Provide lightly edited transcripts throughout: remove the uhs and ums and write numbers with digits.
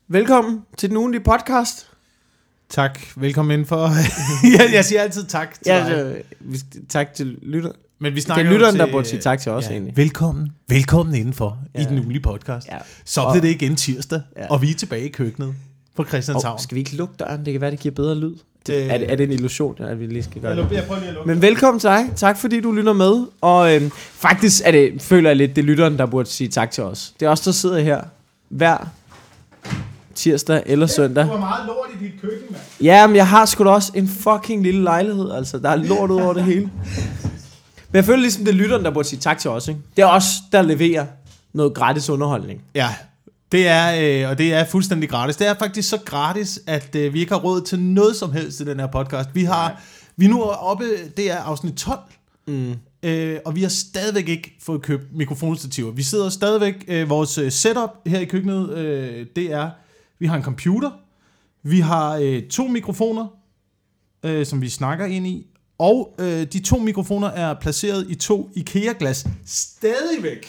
Velkommen til den ugenlige podcast. Tak, velkommen indenfor. Jeg siger altid tak til dig. Tak til lytter. Men vi det er lytteren, der burde sige tak til os egentlig. Velkommen indenfor i den ugenlige podcast. Ja. Så bliver det igen tirsdag, og vi er tilbage i køkkenet på Christianshavn. Skal vi ikke lukke døren? Det kan være, det giver bedre lyd. Er det en illusion, at vi lige skal gøre det? Jeg prøver lige at lukke. Men velkommen til dig. Tak fordi du lytter med. Og faktisk føler jeg lidt, det er lytteren, der burde sige tak til os. Det er os, der sidder her hver tirsdag eller søndag. Du har meget lort i dit køkken, mand. Ja, men jeg har sgu da også en fucking lille lejlighed. Altså, der er lort ud over det hele. Men jeg føler ligesom, det er lytteren, der burde sige tak til os, ikke? Det er os, der leverer noget gratis underholdning. Ja, det er, og det er fuldstændig gratis. Det er faktisk så gratis, at vi ikke har råd til noget som helst i den her podcast. Vi er nu oppe, det er afsnit 12. Og vi har stadigvæk ikke fået købt mikrofonstativer. Vi sidder stadigvæk, vores setup her i køkkenet, det er, vi har en computer, vi har 2 mikrofoner, som vi snakker ind i, og de 2 mikrofoner er placeret i 2 IKEA-glas. Stadigvæk.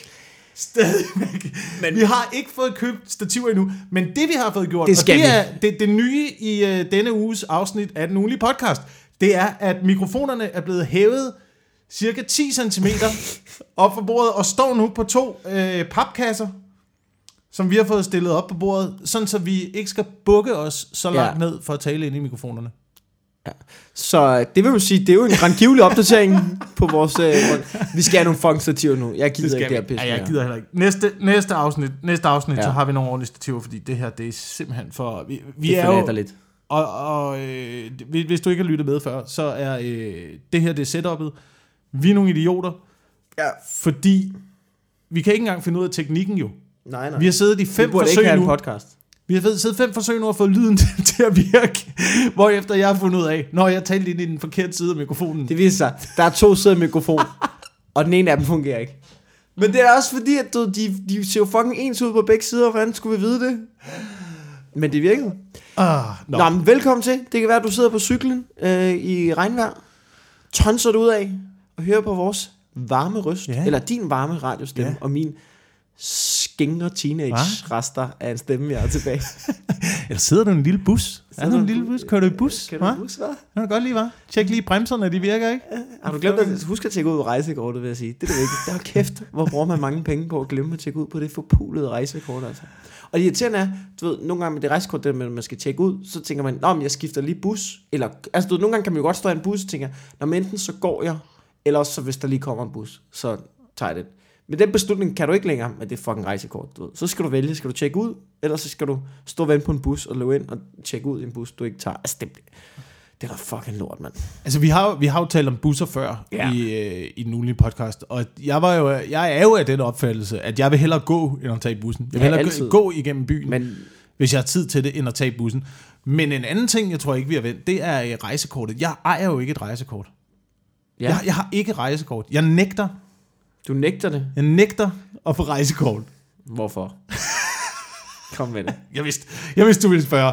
Men vi har ikke fået købt stativer endnu, men det vi har fået gjort, det er det nye i denne uges afsnit af den ugenlige podcast, det er, at mikrofonerne er blevet hævet cirka 10 cm op for bordet, og står nu på 2 papkasser, som vi har fået stillet op på bordet, sådan så vi ikke skal bukke os så langt ned for at tale ind i mikrofonerne. Ja. Så det vil jo sige, det er jo en grandgivelig opdatering på vores... vi skal have nogle fucking stativer nu. Jeg gider ikke det her pisse. Ja, jeg gider heller ikke. Næste afsnit, så har vi nogle ordentlige stativer, fordi det her, det er simpelthen for... Vi er jo... lidt. Og hvis du ikke har lyttet med før, så er det her, det er setupet. Vi er nogle idioter. Ja. Fordi vi kan ikke engang finde ud af teknikken jo. Nej. Vi har siddet i 5 forsøg nu. Podcast. Vi har siddet 5 forsøg nu og fået lyden til at virke. Hvorefter jeg har fundet ud af, når jeg talte ind i den forkerte side af mikrofonen. Det viser sig, der er 2 sider af mikrofon, og den ene af dem fungerer ikke. Men det er også fordi, at de ser jo fucking ens ud på begge sider. Hvordan skulle vi vide det? Men det virkede. Nå, men velkommen til. Det kan være, at du sidder på cyklen i regnvejr. Tonser du ud af og hører på vores varme røst. Ja. Eller din varme radiostemme, og min skingre teenage-rester af en stemme, jeg er tilbage. Eller sidder du i en lille bus? Er du en lille bus? Kører du i bus? Kan du i bus, hva'? Kan du godt lige, hva'? Tjek lige bremserne, de virker, ikke? Har du glemt at huske at tjekke ud på rejsekortet, vil jeg sige. Det er det vigtigt. Der er kæft, hvor bruger man mange penge på at glemme at tjekke ud på det forpulede rejsekort, altså. Og det irriterende er, du ved, nogle gange med det rejsekort, der man skal tjekke ud, så tænker man, men jeg skifter lige bus. Eller, altså du ved, nogle gange kan man jo godt stå i en bus og tænker, men enten så går jeg, eller også så hvis der lige kommer en bus, så tager jeg det. Men den beslutning kan du ikke længere med det fucking rejsekort, du ved. Så skal du vælge, skal du tjekke ud, eller så skal du stå og vente på en bus og løbe ind og tjekke ud i en bus, du ikke tager. Altså, det er da fucking lort, mand. Altså, vi har jo talt om busser før i den ugenlige podcast, og jeg er jo af den opfattelse, at jeg vil hellere gå, end at tage bussen. Jeg vil hellere gå igennem byen, hvis jeg har tid til det, end at tage bussen. Men en anden ting, jeg tror ikke, vi har vendt, det er rejsekortet. Jeg ejer jo ikke et rejsekort. Ja. Jeg har ikke rejsekort. Jeg nægter. Du nægter det? Jeg nægter at få rejsekort. Hvorfor? Kom med det. Jeg vidste, du ville spørge.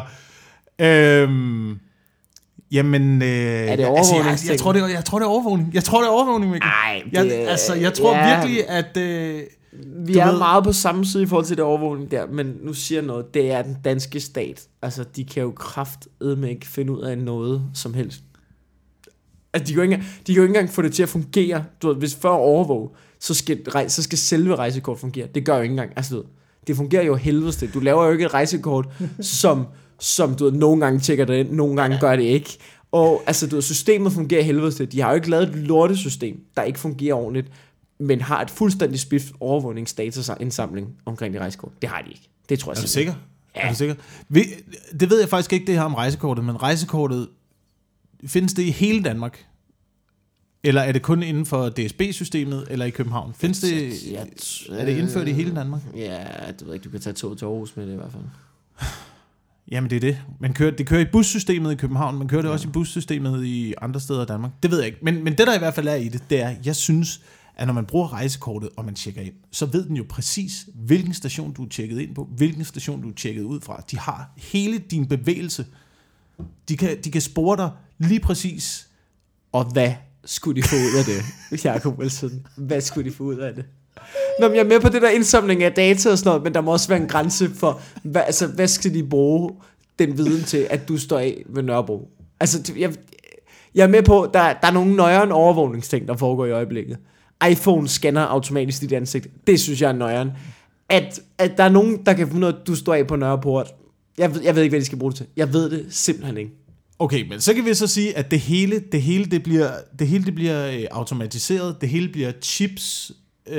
Jamen... er det overvågning? Altså, jeg tror, det er overvågning. Jeg tror, det er overvågning, Mikkel. Nej, jeg tror virkelig, at... vi er meget på samme side i forhold til det overvågning der, men nu siger jeg noget. Det er den danske stat. Altså, de kan jo kraftedme ikke finde ud af noget som helst. Altså, de kan jo ikke engang få det til at fungere. Du ved, hvis før overvåge, så skal selve rejsekort fungere. Det gør jo ikke engang. Altså, du ved, det fungerer jo helvedes det. Du laver jo ikke et rejsekort, som du ved, nogle gange tjekker det ind, nogle gange gør det ikke. Og altså, du ved, systemet fungerer helvedes det. De har jo ikke lavet et lortesystem, der ikke fungerer ordentligt, men har et fuldstændig spift overvågningsdataindsamling omkring det rejsekort. Det har de ikke. Det tror jeg. Er du sikker? Ja. Er du sikker? Det ved jeg faktisk ikke, det her om rejsekortet, men rejsekortet, findes det i hele Danmark? Eller er det kun inden for DSB-systemet, eller i København? Findes det, er det indført i hele Danmark? Ja, det ved ikke, du kan tage tog til Aarhus med det i hvert fald. Jamen det er det. Det kører i bussystemet i København, man kører det også i bussystemet i andre steder i Danmark. Det ved jeg ikke. Men det der i hvert fald er i det, det er, jeg synes, at når man bruger rejsekortet, og man tjekker ind, så ved den jo præcis, hvilken station du er tjekket ind på, hvilken station du er tjekket ud fra. De har hele din bevægelse. De kan spore dig lige præcis. Og hvad skulle de få ud af det, Jacob Wilson? Hvad skulle de få ud af det? Nå, men jeg er med på det der indsamling af data og sådan noget, men der må også være en grænse for, hvad skal de bruge den viden til, at du står af ved Nørrebro? Altså, jeg er med på, der er nogle nøjeren overvågningsting, der foregår i øjeblikket. iPhone scanner automatisk dit ansigt. Det synes jeg er nøjeren. At der er nogen, der kan finde ud af, at du står af på Nørreport. Jeg ved ikke, hvad de skal bruge det til. Jeg ved det simpelthen ikke. Okay, men så kan vi så sige, at det hele bliver automatiseret. Det hele bliver chips.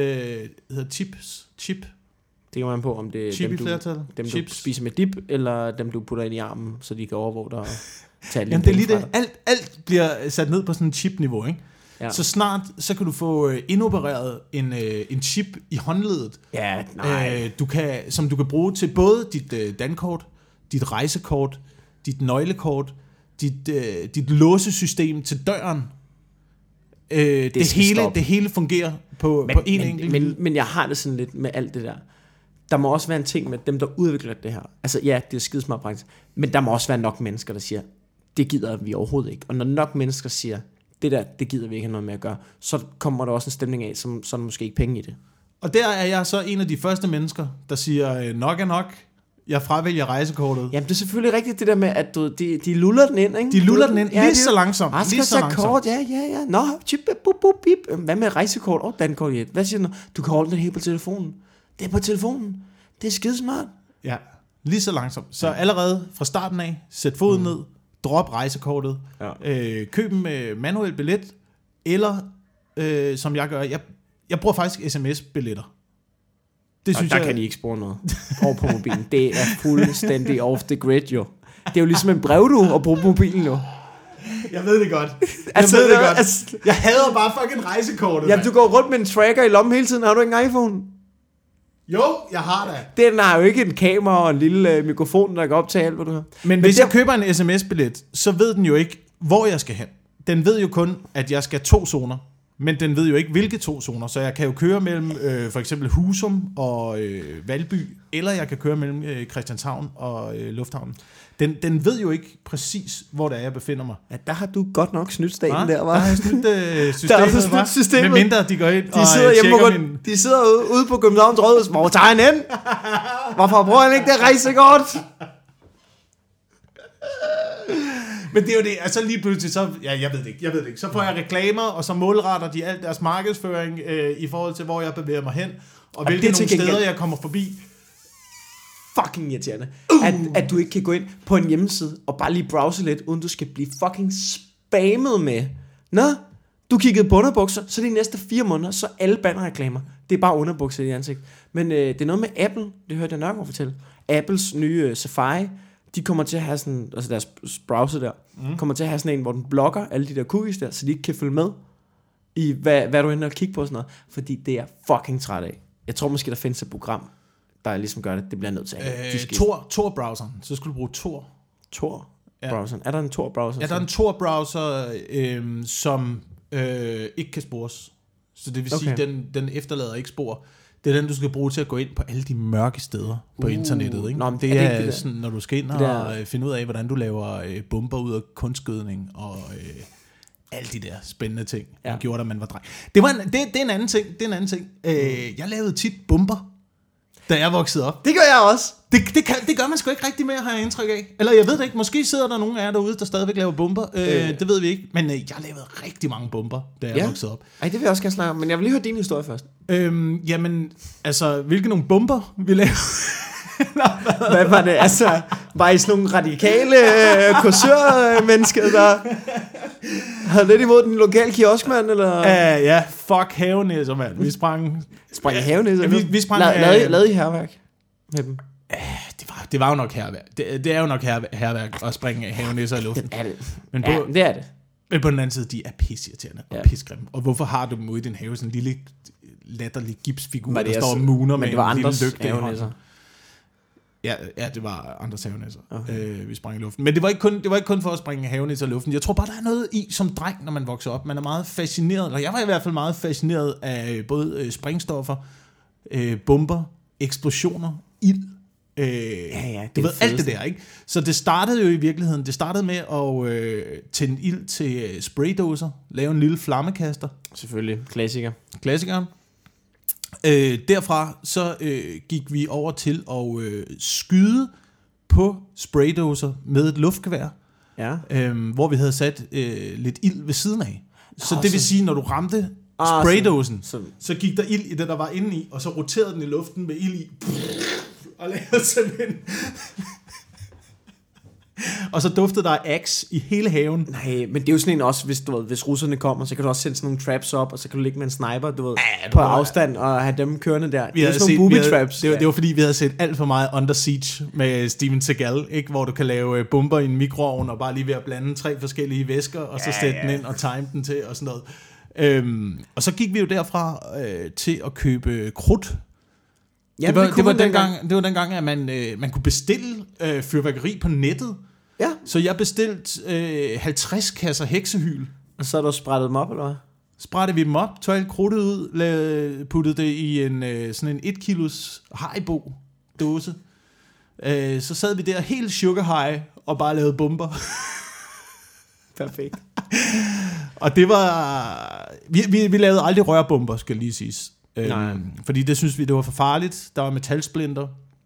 Chip. Det kan man på, om det er dem, du spiser med dip, eller dem, du putter ind i armen, så de kan overvåge dig og tage alle. Jamen, det er lige det. Alt bliver sat ned på sådan en chip-niveau, ikke? Ja. Så snart, så kan du få indopereret en chip i håndledet. Ja, nej. Som du kan bruge til både dit dankort, dit rejsekort, dit nøglekort, dit låsesystem til døren. Det hele fungerer på en enkelt. Men jeg har det sådan lidt med alt det der. Der må også være en ting med dem, der udvikler det her. Altså ja, det er skidesmart praktisk. Men der må også være nok mennesker, der siger, det gider vi overhovedet ikke. Og når nok mennesker siger, det gider vi ikke have noget med at gøre, så kommer der også en stemning af, så er der måske ikke penge i det. Og der er jeg så en af de første mennesker, der siger, nok er nok, jeg fravælger rejsekortet. Jamen det er selvfølgelig rigtigt det der med, at de luller den ind, ikke? De luller den ind lige så langsomt. Lige så langsomt. Kort, ja. Nå, chip, bip. Hvad med rejsekort? Dankort, ja. Hvad siger du? Du kan holde den helt på telefonen. Det er på telefonen. Det er skidesmart. Ja, lige så langsomt. Så allerede fra starten af, sæt foden ned, drop rejsekortet, køb en manuel billet, eller som jeg gør, jeg bruger faktisk sms-billetter. Det synes der kan de ikke spore noget over på mobilen. Det er fuldstændig off the grid jo. Det er jo ligesom en brev du at bruge mobilen jo. Jeg ved det godt. Jeg hader bare fucking rejsekortet. Jamen du går rundt med en tracker i lommen hele tiden. Har du ikke en iPhone? Jo, jeg har da. Den har jo ikke en kamera og en lille mikrofon, der kan optage alt, hvad du har. Men hvis jeg køber en sms-billet, så ved den jo ikke, hvor jeg skal hen. Den ved jo kun, at jeg skal 2 zoner. Men den ved jo ikke, hvilke 2 zoner. Så jeg kan jo køre mellem for eksempel Husum og Valby, eller jeg kan køre mellem Christianshavn og Lufthavnen. Den ved jo ikke præcis, hvor det er, jeg befinder mig. Ja, der har du godt nok snydt staten der, var. Der har jeg snydt systemet. Med mindre de går ind og tjekker min... De sidder ude på Københavns Rådhus. Hvor tager han hen? Hvorfor bruger han ikke det rejsekort? Men det er jo det, altså lige pludselig så, jeg ved det ikke, så får jeg reklamer, og så målretter de alt deres markedsføring i forhold til, hvor jeg bevæger mig hen, og hvilke nogle steder, jeg kommer forbi. Fucking irriterende, at du ikke kan gå ind på en hjemmeside, og bare lige browse lidt, uden du skal blive fucking spammet med, nå, du kiggede på underbukser, så de næste 4 måneder, så alle bannerreklamer, det er bare underbukser i ansigt. Men det er noget med Apple, det hørte jeg Nørgaard fortælle, Apples nye Safari, de kommer til at have sådan, altså deres browser der, kommer til at have sådan en, hvor den blokker alle de der cookies der, så de ikke kan følge med i, hvad du ender og kigge på og sådan noget, fordi det er fucking træt af. Jeg tror måske, der findes et program, der ligesom gør det. Det bliver nødt til at Tor-browseren. Så skulle du bruge Tor. Tor-browseren. Ja. Er der en Tor-browser? Ja, der er en Tor-browser, som ikke kan spores. Så det vil sige, den efterlader ikke spor. Det er den, du skal bruge til at gå ind på alle de mørke steder på internettet. Ikke? Nå, men det er sådan, når du skal ind og finde ud af, hvordan du laver bomber ud af kunstgødning og alle de der spændende ting, man gjorde, da man var dreng. Det er en anden ting. Jeg lavede tit bomber, da jeg voksede op. Det gør jeg også. Det gør man sgu ikke rigtig mere, har jeg indtryk af. Eller jeg ved det ikke. Måske sidder der nogen af jer derude, der stadigvæk laver bomber. Det ved vi ikke. Men jeg lavede rigtig mange bomber, da jeg voksede op. Ej, det vil jeg også gerne snakke om. Men jeg vil lige høre din historie først. Jamen, altså, hvilke nogle bomber vi lavede? Hvad var det? Altså, var I sådan nogle radikale kursørmennesker, der havde lidt imod den lokale kioskmand, eller? Ja, fuck havenæsser, mand. Vi sprang havenæsser? Vi sprang... Lavede I herværk med dem? Det var jo nok herværk. Det er jo nok herværk at springe havenæsser i luften. Det er det. Men på den anden side, de er pisseirriterende og pissegrimme. Og hvorfor har du dem ude i din have, sådan en lille latterlig gipsfigur, der står og muner med en lille lygte i hånden? Ja, det var andres havenæsser. Okay. Vi sprang i luften. Men det var ikke kun for at springe havenæsser i luften. Jeg tror bare, der er noget i som dreng, når man vokser op. Man er meget fascineret, eller jeg var i hvert fald meget fascineret af både sprængstoffer, bomber, eksplosioner, ild. Du ved, alt det der, ikke? Så det startede jo i virkeligheden, med at tænde ild til spraydåser, lave en lille flammekaster. Selvfølgelig, klassikeren. Derfra så gik vi over til at skyde på spraydåser med et luftgevær, hvor vi havde sat lidt ild ved siden af. Så det vil sige, når du ramte spraydåsen, så gik der ild i det, der var inde i, og så roterede den i luften med ild i, og lavede sådan en... Og så duftede der Axe i hele haven. Nej, men det er jo sådan en også, hvis russerne kommer, så kan du også sende sådan nogle traps op, og så kan du ligge med en sniper, på afstand, og have dem kørende der. Det er sådan nogle booby traps. Det var fordi, vi havde set alt for meget Under Siege med Steven Seagal, ikke? Hvor du kan lave bomber i en mikroovn, og bare lige ved at blande 3 forskellige væsker, og så sætte den ind og time den til, og sådan noget. Og så gik vi jo derfra til at købe krudt. Ja, det var dengang, at man kunne bestille fyrværkeri på nettet. Ja. Så jeg bestilte 50 kasser heksehyl. Og så har du sprættet dem op, eller hvad? Sprættede vi dem op, tog alt krudtet ud, puttede det i sådan en 1 kilos Haribo-dåse. Så sad vi der helt sugar high og bare lavede bomber. Perfekt. Og det var... Vi lavede aldrig rørbomber, skal lige siges. Fordi det synes vi, det var for farligt. Der var metalsplinter.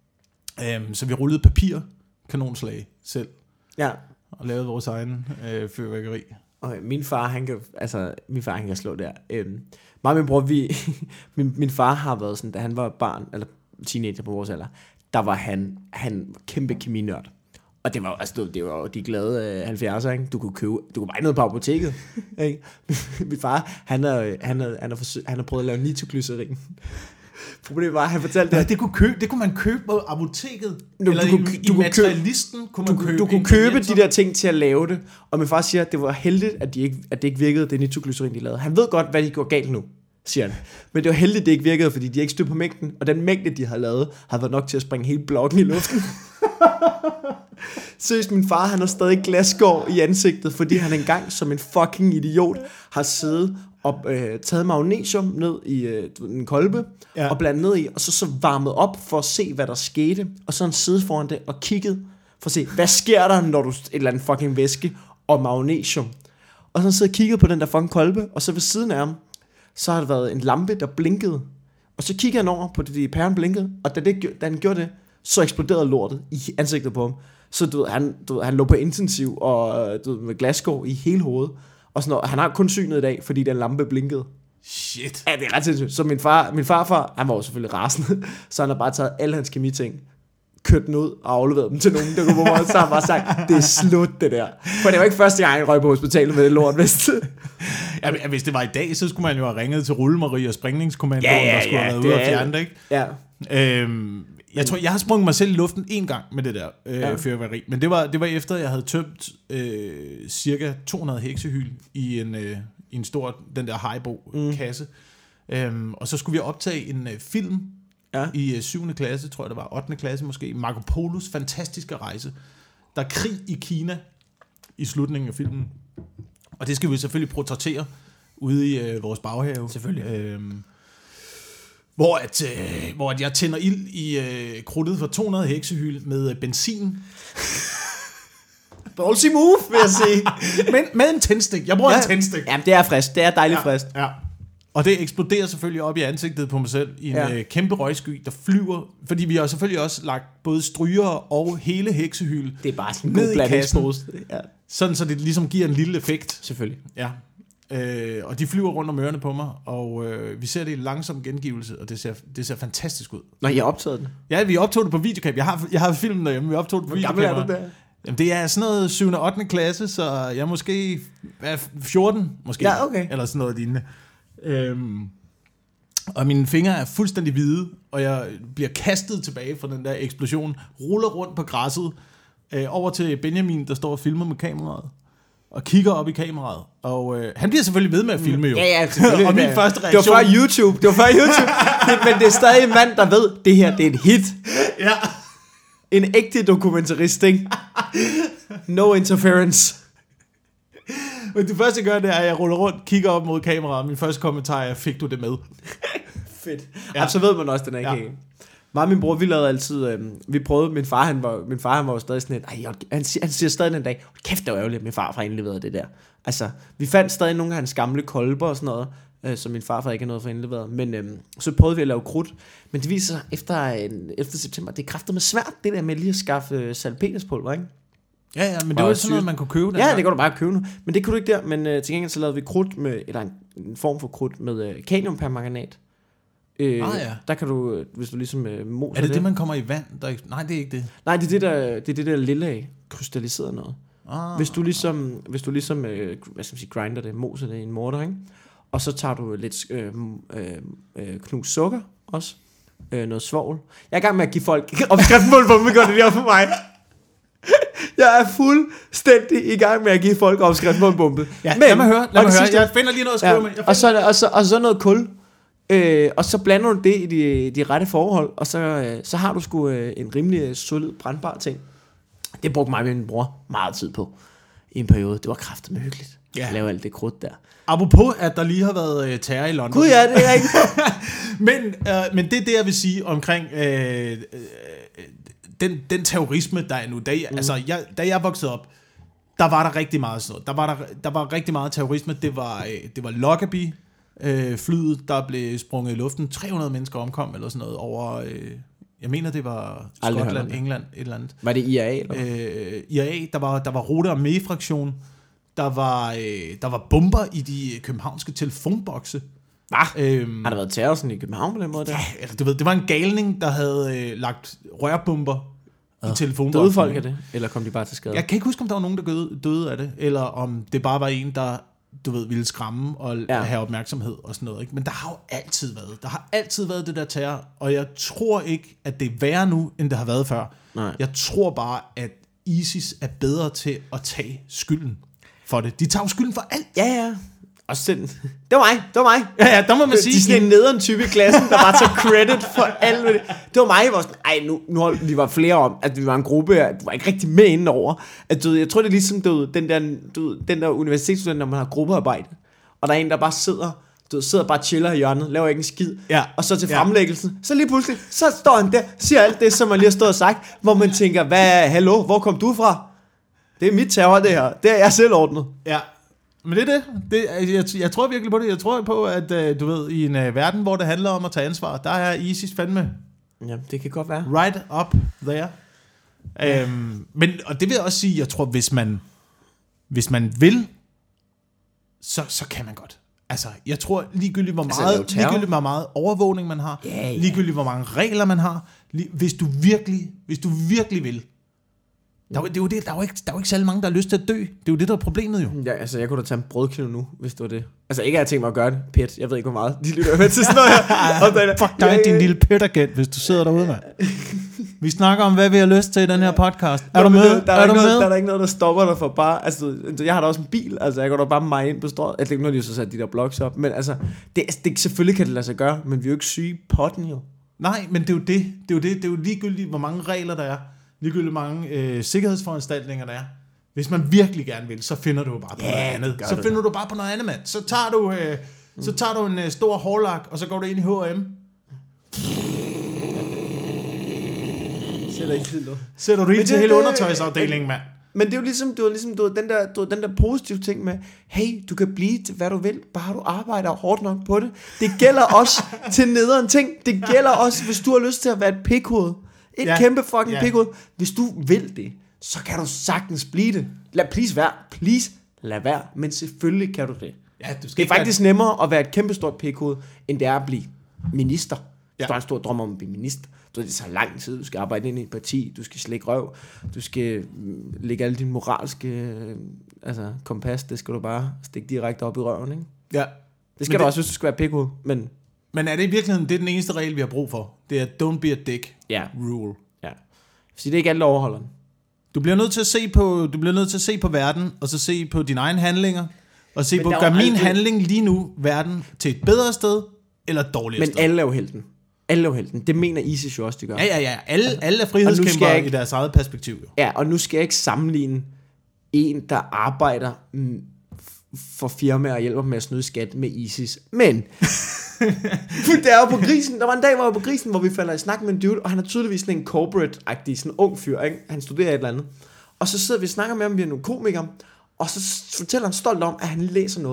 Så vi rullede kanonslag selv. Ja. Og lavede vores egen fyrværkeri. Okay, min far, han kan slå der. Mig og min bror, min far har været sådan, da han var barn, eller teenager på vores alder, der var han kæmpe keminørd. Og det var altså det var de glade 70'er, ikke? Du kunne bare ned på apoteket, ikke? Min far, han har prøvet at lave nitroglycerin. Problemet var, at han fortalte det. Det kunne man købe på apoteket. Eller i materialisten kunne man købe. Du kunne købe de der ting til at lave det. Og min far siger, at det var heldigt, at det ikke virkede, det nitroglycerin, de lavede. Han ved godt, hvad de gjorde galt nu, siger han. Men det var heldigt, det ikke virkede, fordi de ikke stod på mængden. Og den mængde, de havde lavet, havde været nok til at springe hele blokken i luften. Seriøst, min far, han har stadig glasskår i ansigtet, fordi han engang som en fucking idiot har siddet og taget magnesium ned i en kolbe, og blandet ned i, og så varmet op for at se, hvad der skete, og så han siddet foran det og kigget for at se, hvad sker der, når du et eller andet fucking væske og magnesium. Og så han siddet og kigget på den der fucking kolbe, og så ved siden af ham, så har der været en lampe, der blinkede, og så kigger han over på det, pæren blinkede, og da han gjorde det, så eksploderede lortet i ansigtet på ham. Så han lå på intensiv og med glasskår i hele hovedet. Og sådan noget. Han har kun synet i dag, fordi den lampe blinkede. Shit. Ja, det er ret sindssygt. Så min farfar, han var jo selvfølgelig rasende, så han har bare taget alle hans kemiting, kørt den ud og afleveret dem til nogen, der kunne på mig, så har han bare sagt, det er slut det der. For det var ikke første gang, jeg røg på hospitalet med det lort, Ja, hvis det var i dag, så skulle man jo have ringet til Rullemarie og Sprængningskommandoen, der skulle have været ude og fjerne det, ikke? Ja. Jeg tror, jeg har sprunget mig selv i luften en gang med det der fyrværkeri, men det var efter, jeg havde tømt cirka 200 heksehyl i en stor, den der Haribo-kasse. Og så skulle vi optage en film i 7. klasse, tror jeg det var, 8. klasse måske, Marco Polos fantastiske rejse. Der er krig i Kina i slutningen af filmen, og det skal vi selvfølgelig portrættere ude i vores baghave. Selvfølgelig. Hvor at jeg tænder ild i krudtet for 200 heksehyl med benzin. Ballsy move, vil jeg sige. Men med en tændstik. Jeg bruger en tændstik. Jamen, det er frisk. Det er dejligt frisk. Ja. Og det eksploderer selvfølgelig op i ansigtet på mig selv i en kæmpe røgsky, der flyver. Fordi vi har selvfølgelig også lagt både stryger og hele heksehyl. Det er bare sådan en god blandingspose. Ja. Sådan, så det ligesom giver en lille effekt. Selvfølgelig. Ja. Og de flyver rundt om ørerne på mig, og vi ser det i langsom gengivelse, og det ser fantastisk ud. Nå, I har optaget den? Ja, vi optog det på videokamera. Jeg har filmen derhjemme, vi optog det på videokamera. Hvor gammel er du der? Jamen, det er sådan noget 7. og 8. klasse, så jeg er måske 14, måske. Ja, okay. Eller sådan noget lignende. Og mine fingre er fuldstændig hvide, og jeg bliver kastet tilbage fra den der eksplosion, ruller rundt på græsset, over til Benjamin, der står og filmer med kameraet, og kigger op i kameraet, og han bliver selvfølgelig ved med at filme jo. Ja, selvfølgelig. Og min første reaktion... Det var før YouTube, men det er stadig en mand, der ved, det her, det er et hit. Ja. En ægte dokumentarist, ikke? No interference. Men det første, jeg gør, det er, at jeg ruller rundt, kigger op mod kameraet, min første kommentar er, fik du det med? Fedt. Ja. Så ved man også, den er ikke helt. Mig og min bror, vi lavede altid, vi prøvede, min far han var jo stadig sådan lidt, han siger stadig den dag, kæft, det var ærgerligt, at min far indleverede det der. Altså, vi fandt stadig nogle af hans gamle kolber og sådan noget, som min farfar ikke har noget for indleveret. Men så prøvede vi at lave krudt. Men det viser sig efter september, det er kraftedeme svært, det der med lige at skaffe salpeterspulver, ikke? Ja, men det var sådan noget, man kunne købe. Ja, det kan du bare købe nu. Men det kunne du ikke der. Men til gengæld så lavede vi krudt med, eller en form for krudt med kaliumpermanganat. Der kan du, hvis du ligesom moser det man kommer i vand? Nej, det er ikke det. Nej, det er det der lille krystalliseret noget. Hvis du ligesom hvad skal man sige, grinder det, moser det i en morter, ikke? Og så tager du lidt knust sukker også, noget svovl. Jeg er i gang med at give folk opskriften på bombe, gør det lige op for mig. Jeg er fuldstændig i gang med at give folk opskriften på en bombe. Ja, lad mig høre. Jeg finder lige noget at skrive med. Og så noget kul. Og så blander du det i de rette forhold, og så har du sgu en rimelig solid brandbar ting. Det brugte mig og min bror meget tid på i en periode. Det var kraftedeme hyggeligt at lave alt det krudt der. Apropos, at der lige har været terror i London. Gud ja, det er ikke. men det er det, jeg vil sige omkring den terrorisme, der er nu. Da jeg voksede op, der var der rigtig meget sådan noget. Der var rigtig meget terrorisme. Det var Lockerbie, flyet, der blev sprunget i luften. 300 mennesker omkom, eller sådan noget, over... Jeg mener, det var Skotland, England, et eller andet. Var det IRA? Eller? IRA, der var Rote Armee-fraktion. Der var bomber i de københavnske telefonbokse. Har der været terror sådan i København på den måde der? Ja, altså, du ved, det var en galning, der havde lagt rørbomber i telefonboksen. Døde folk af det? Eller kom de bare til skade? Jeg kan ikke huske, om der var nogen, der døde af det, eller om det bare var en, der ville skræmme og have opmærksomhed og sådan noget, ikke? Men der har jo altid været det der terror, og jeg tror ikke, at det er værre nu, end det har været før. Nej. Jeg tror bare, at ISIS er bedre til at tage skylden for det. De tager jo skylden for alt. Ja. Også den. Det var mig. Ja, der må man sige. De er sådan en nederen type i klassen, der bare tager credit for alt. Det var mig, hvor sådan, nu vi var flere om, at vi var en gruppe, du var ikke rigtig med indenover. At jeg tror, det er ligesom den der universitetsstudent, når man har gruppearbejde, og der er en, der bare sidder bare chiller i hjørnet, laver ikke en skid, og så til fremlæggelsen, så lige pludselig, så står han der, siger alt det, som man lige har stået og sagt, hvor man tænker, hallo, hvor kom du fra? Det er mit terror, det her. Det er jeg selv ordnet. Ja. Men det er det. Jeg tror virkelig på det. Jeg tror på, at du ved, i en verden, hvor det handler om at tage ansvar, der er ISIS fandme. Ja, det kan godt være. Right up there. Ja. Men, og det vil jeg også sige, jeg tror, hvis man vil, så kan man godt. Altså, jeg tror ligegyldigt, hvor meget overvågning man har, ligegyldigt, hvor mange regler man har, hvis du virkelig vil. Der er jo ikke særlig mange, der har lyst til at dø. Det er jo det, der er problemet jo. Ja, altså jeg kunne da tage en brødkniv nu, hvis det var det. Altså ikke at jeg tænkt mig at gøre det. Pet, jeg ved ikke hvor meget. De lytter med til sådan noget her. Fuck dig, din lille pet-agent, hvis du sidder derude, mand. Vi snakker om, hvad vi har lyst til i den her podcast. Er du med? Der er ikke noget, der stopper dig for bare... Altså, jeg har da også en bil. Altså, jeg går da bare mig ind på strået. Altså, nu har de jo så sat de der blogs op. Men altså, det selvfølgelig kan det lade sig gøre. Men vi er jo ikke syge på den jo. Nej, men det er jo det. Det er jo ligegyldigt, hvor mange regler der er. Ligegyldigt mange sikkerhedsforanstaltninger der er. Hvis man virkelig gerne vil, så finder du bare på noget andet. Så finder du bare på noget andet, mand. Så tager du en stor hårlak, og så går du ind i H&M. Sætter du ind til hele undertøjsafdelingen, mand. Men det er jo ligesom den der positive ting med, hey, du kan blive til hvad du vil, bare du arbejder hårdt nok på det. Det gælder også til nederen ting. Det gælder også, hvis du har lyst til at være et pikhoved. Kæmpe fucking pikhoved. Hvis du vil det, så kan du sagtens blive det. Please lad være. Men selvfølgelig kan du det. Ja, det er faktisk nemmere at være et kæmpestort pikhoved, end det er at blive minister. Hvis du har en stor drøm om at blive minister, det tager lang tid. Du skal arbejde ind i et parti, du skal slække røv, du skal lægge alle dine moralske kompas, det skal du bare stikke direkte op i røven, ikke? Ja. Det skal du også, hvis du skal være pikhoved, Men er det i virkeligheden, det er den eneste regel, vi har brug for? Det er don't be a dick rule. Ja. Fordi det er ikke alle, der overholder den. Du bliver nødt til at se på verden, og så se på dine egne handlinger, og se på, gør min handling lige nu verden til et bedre sted, eller et dårligere sted? Men alle er jo helten. Det mener ISIS jo også, de gør. Ja. Alle er frihedstkæmpere i deres eget perspektiv. Jo. Ja, og nu skal jeg ikke sammenligne en, der arbejder for firmaer og hjælper med at snyde skat med ISIS. Men det er jo på Grisen. Der var en dag, hvor jeg var på Grisen, hvor vi falder i snak med en dude, og han er tydeligvis sådan en corporate-agtig, sådan en ung fyr, ikke? Han studerer et eller andet. Og så sidder vi og snakker med ham, vi er nogle komikere, og så fortæller han stolt om, at han læser noget.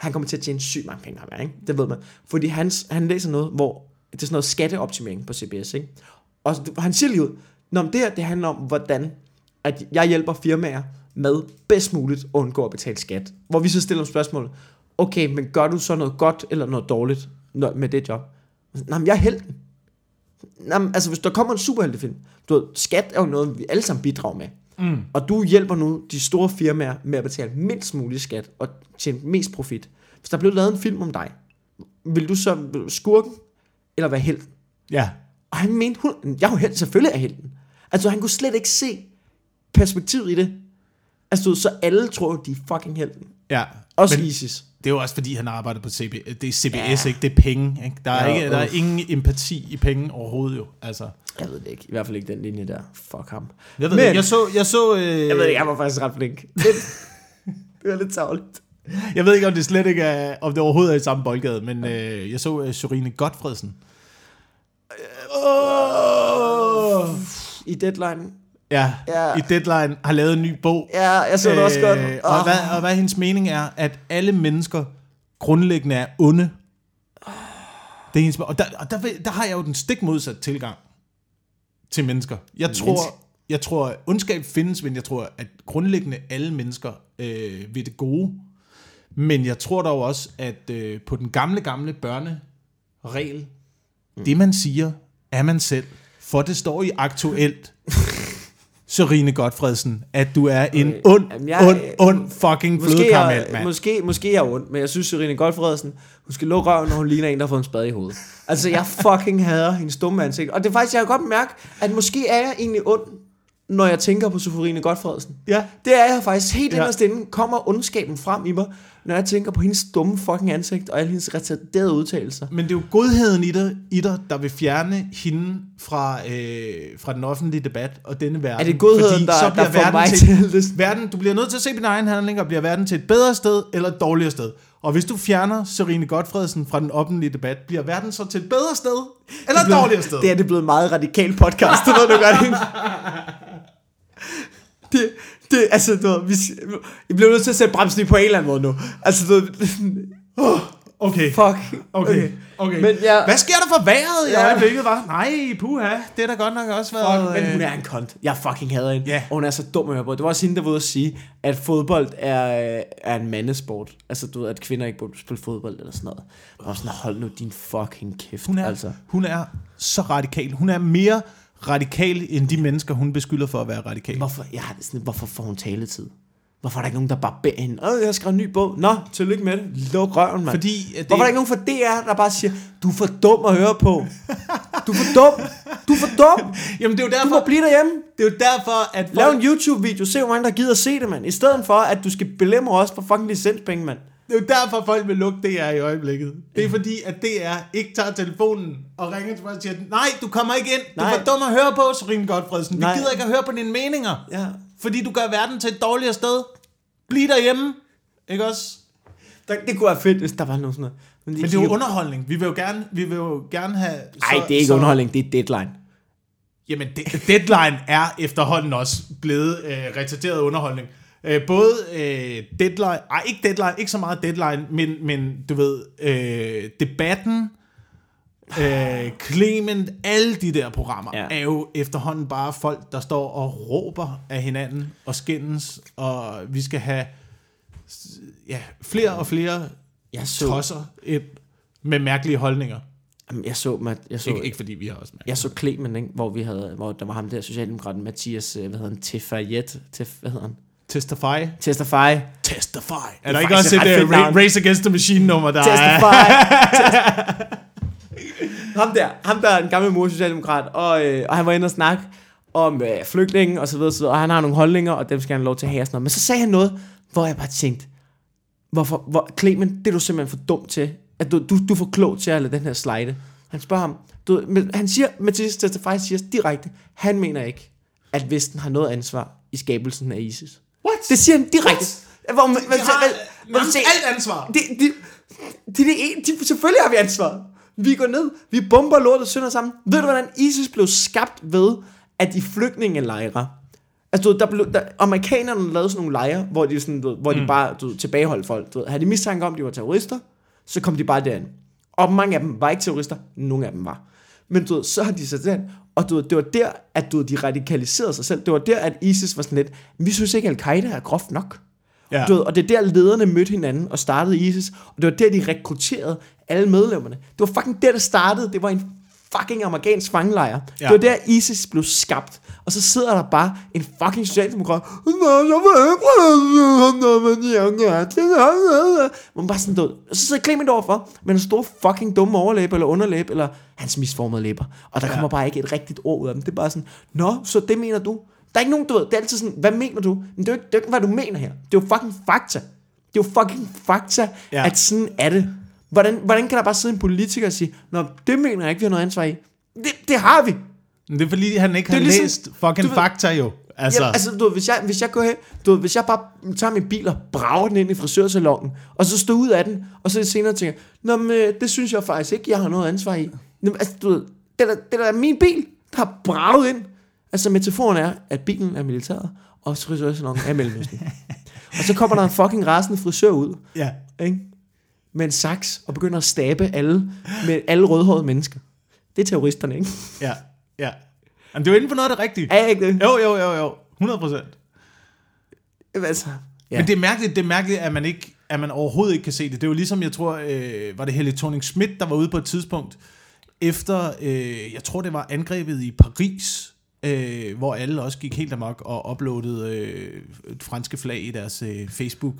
han kommer til at tjene sygt mange penge, ikke? Det ved man. Fordi han læser noget, hvor det er sådan noget skatteoptimering på CBS, ikke? Og han siger lige ud, det handler om, hvordan at jeg hjælper firmaer med bedst muligt at undgå at betale skat. Hvor vi så stiller spørgsmålet, okay, men gør du så noget godt eller noget dårligt med det job? Jeg er helten. Altså, hvis der kommer en superheltefilm, skat er jo noget, vi alle sammen bidrager med. Og du hjælper nu de store firmaer med at betale mindst muligt skat og tjene mest profit. Hvis der blev lavet en film om dig, vil du så skurken eller være helten? Ja. Og han mente, jeg er jo helten, selvfølgelig er helten. Altså, han kunne slet ikke se perspektivet i det. Altså, så alle tror, de er fucking helten. Ja. Også ISIS. Det er jo også fordi, han arbejder på CBS. Det er CBS, ikke? Det er penge, ikke? Der er ingen empati i penge overhovedet, jo. Altså. Jeg ved det ikke. I hvert fald ikke den linje der. Fuck ham. Jeg ved ikke. Jeg så jeg ved ikke, jeg var faktisk ret flink. Det var lidt tarveligt. Jeg ved ikke, om det slet ikke er, om det overhovedet er i samme boldgade, men jeg så Sørine Gotfredsen. I Deadline. Ja, i Deadline har lavet en ny bog. Ja, jeg så det også godt. Og hvad hendes mening er, at alle mennesker grundlæggende er onde. Det er hendes, og der har jeg jo den stik modsat tilgang til mennesker. Jeg tror, at ondskab findes, men jeg tror, at grundlæggende alle mennesker vil det gode. Men jeg tror dog også, at på den gamle børneregel, det man siger, er man selv. For det står i Aktuelt, Sørine Gotfredsen, at du er en ond fucking flødekaramel, mand. Måske er jeg ond, men jeg synes, Sørine Gotfredsen, hun skal lukke røven, når hun ligner en, der har fået en spade i hovedet. Altså, jeg fucking hader hendes dumme ansigt. Og det er faktisk, jeg kan godt mærke, at måske er jeg egentlig ond, når jeg tænker på Sørine Gotfredsen. Ja. Det er jeg faktisk. Helt inderst inde kommer ondskaben frem i mig, når jeg tænker på hendes dumme fucking ansigt og alle hendes retarderede udtalelser. Men det er jo godheden i dig, der vil fjerne hende fra den offentlige debat og denne verden. Er det godheden, der får mig til det? Verden, du bliver nødt til at se din egen handling, og bliver verden til et bedre sted eller et dårligere sted. Og hvis du fjerner Sørine Gotfredsen fra den offentlige debat, bliver verden så til et bedre sted eller et dårligere sted? Det er det blevet meget radikal podcast, det ved du godt, ikke? Altså, vi bliver nødt til at sætte bremsen på en eller anden måde nu. Altså, okay. Fuck. Okay. Men hvad sker der for vejret i øjeblikket, var? Nej, puha. Det er da godt nok også været... Men hun er en kont. Jeg fucking hader hende. Yeah. Og hun er så dum at høre på. Det var også hende, der var ude at sige, at fodbold er en mandesport. Altså, du ved, at kvinder ikke burde spille fodbold eller sådan noget. Og sådan, hold nu din fucking kæft. Hun er så radikal. Hun er mere radikal end de mennesker, hun beskylder for at være radikal. Hvorfor får hun taletid? Hvorfor er der ikke nogen, der bare beder hende? Jeg har skrevet en ny bog. Nå, tillykke med det. Luk røven, mand. Hvorfor er der ikke nogen fra DR, der bare siger, du er for dum at høre på? Du er for dum. Jamen, det er jo derfor, du må blive derhjemme. Det er jo derfor, at lav en YouTube-video. Se, hvor mange der gider at se det, mand. I stedet for, at du skal belemre os for fucking licenspenge, mand. Det er jo derfor, folk vil lukke DR i øjeblikket. Det er fordi, at DR ikke tager telefonen og ringer til mig og siger, nej, du kommer ikke ind. Du er for dum at høre på, Sørine Gotfredsen. Vi gider ikke at høre på dine meninger. Ja. Fordi du gør verden til et dårligere sted. Bliv derhjemme. Ikke også? Det kunne være fedt, hvis der var noget sådan noget. Men det er jo underholdning. Vi vil jo gerne have... Nej, det er ikke underholdning, det er Deadline. Jamen, Deadline er efterhånden også blevet retarderet underholdning. Både Deadline... ikke Deadline, ikke så meget Deadline, men du ved, Debatten, Clement, alle de der programmer er jo efterhånden bare folk, der står og råber af hinanden og skændes, og vi skal have flere og flere tosser med mærkelige holdninger. Jeg så ikke fordi vi har også jeg så Clement, ikke? Hvor der var ham der socialdemokraten Mathias, Tesfaye, hvad hedder han? Testify. Er der ikke også et Race Against the Machine nummer der? Ham der er en gammel mor socialdemokrat, og han var inde og snakke om flygtninge og så videre, og han har nogle holdninger, og dem skal han have lov til at have og sådan noget. Men så sagde han noget, hvor jeg bare tænkte, Clement, det er du simpelthen for dum til, at du er for klog til at lade den her slide. Han spørger ham, han siger, Mathias Tesfaye siger direkte, han mener ikke, at Vesten har noget ansvar i skabelsen af ISIS. What? Det siger han direkte. Alt ansvar. Selvfølgelig har vi ansvar. Vi går ned, vi bomber lortet sønder sammen. Ved du, hvordan ISIS blev skabt ved, at de flygtningelejre Altså, amerikanerne lavede sådan nogle lejre, hvor de, sådan, hvor de bare tilbageholdt folk. Havde de mistanke om, de var terrorister, så kom de bare derind. Og mange af dem var ikke terrorister, nogle af dem var. Men så har de sat den, og det var der, at de radikaliserede sig selv. Det var der, at ISIS var sådan lidt, vi synes ikke, Al-Qaida er groft nok. Ja. Og det er der, lederne mødte hinanden og startede ISIS, og det var der, de rekrutterede alle medlemmerne. Det var fucking der, det startede. Det var en fucking amerikansk fangelejr. Ja. Det var der, ISIS blev skabt. Og så sidder der bare en fucking socialdemokrat. Man bare sådan død. Og så sidder Clement overfor med en stor fucking dumme overlæbe eller underlæbe, eller hans misformede læber. Og der kommer bare ikke et rigtigt ord ud af dem. Det er bare sådan, nå, så det mener du? Der er ikke nogen, du ved, det er altid sådan, hvad mener du? Men det er jo ikke, hvad du mener her. Det er jo fucking fakta. Det er jo fucking fakta, at sådan er det. Hvordan kan der bare sidde en politiker og sige, nå, det mener jeg ikke, vi har noget ansvar i. Det har vi. Men det er fordi, han ikke har læst fucking fakta jo. Altså, du ved, hvis jeg går hen, hvis jeg bare tager min bil og brager den ind i frisørsalongen, og så står ud af den, og så senere tænker, nå, men det synes jeg faktisk ikke, jeg har noget ansvar i. Altså, du ved, det der er min bil, der har braget ind. Altså, metaforen er, at bilen er militæret, og frisørsalongen er Mellemøsten. Og så kommer der en fucking rasende frisør ud. Ja. Ikke? Med en saks, og begynder at stabe med alle rødhårede mennesker. Det er terroristerne, ikke? Ja, ja. Men det er jo inde på noget af det rigtige. Er ikke det? Jo. 100%. Altså, ja. Men det er mærkeligt, at man overhovedet ikke kan se det. Det er jo ligesom, jeg tror, var det Helle Thorning-Schmidt, der var ude på et tidspunkt, efter, jeg tror det var angrebet i Paris, hvor alle også gik helt amok og uploadede et franske flag i deres Facebook.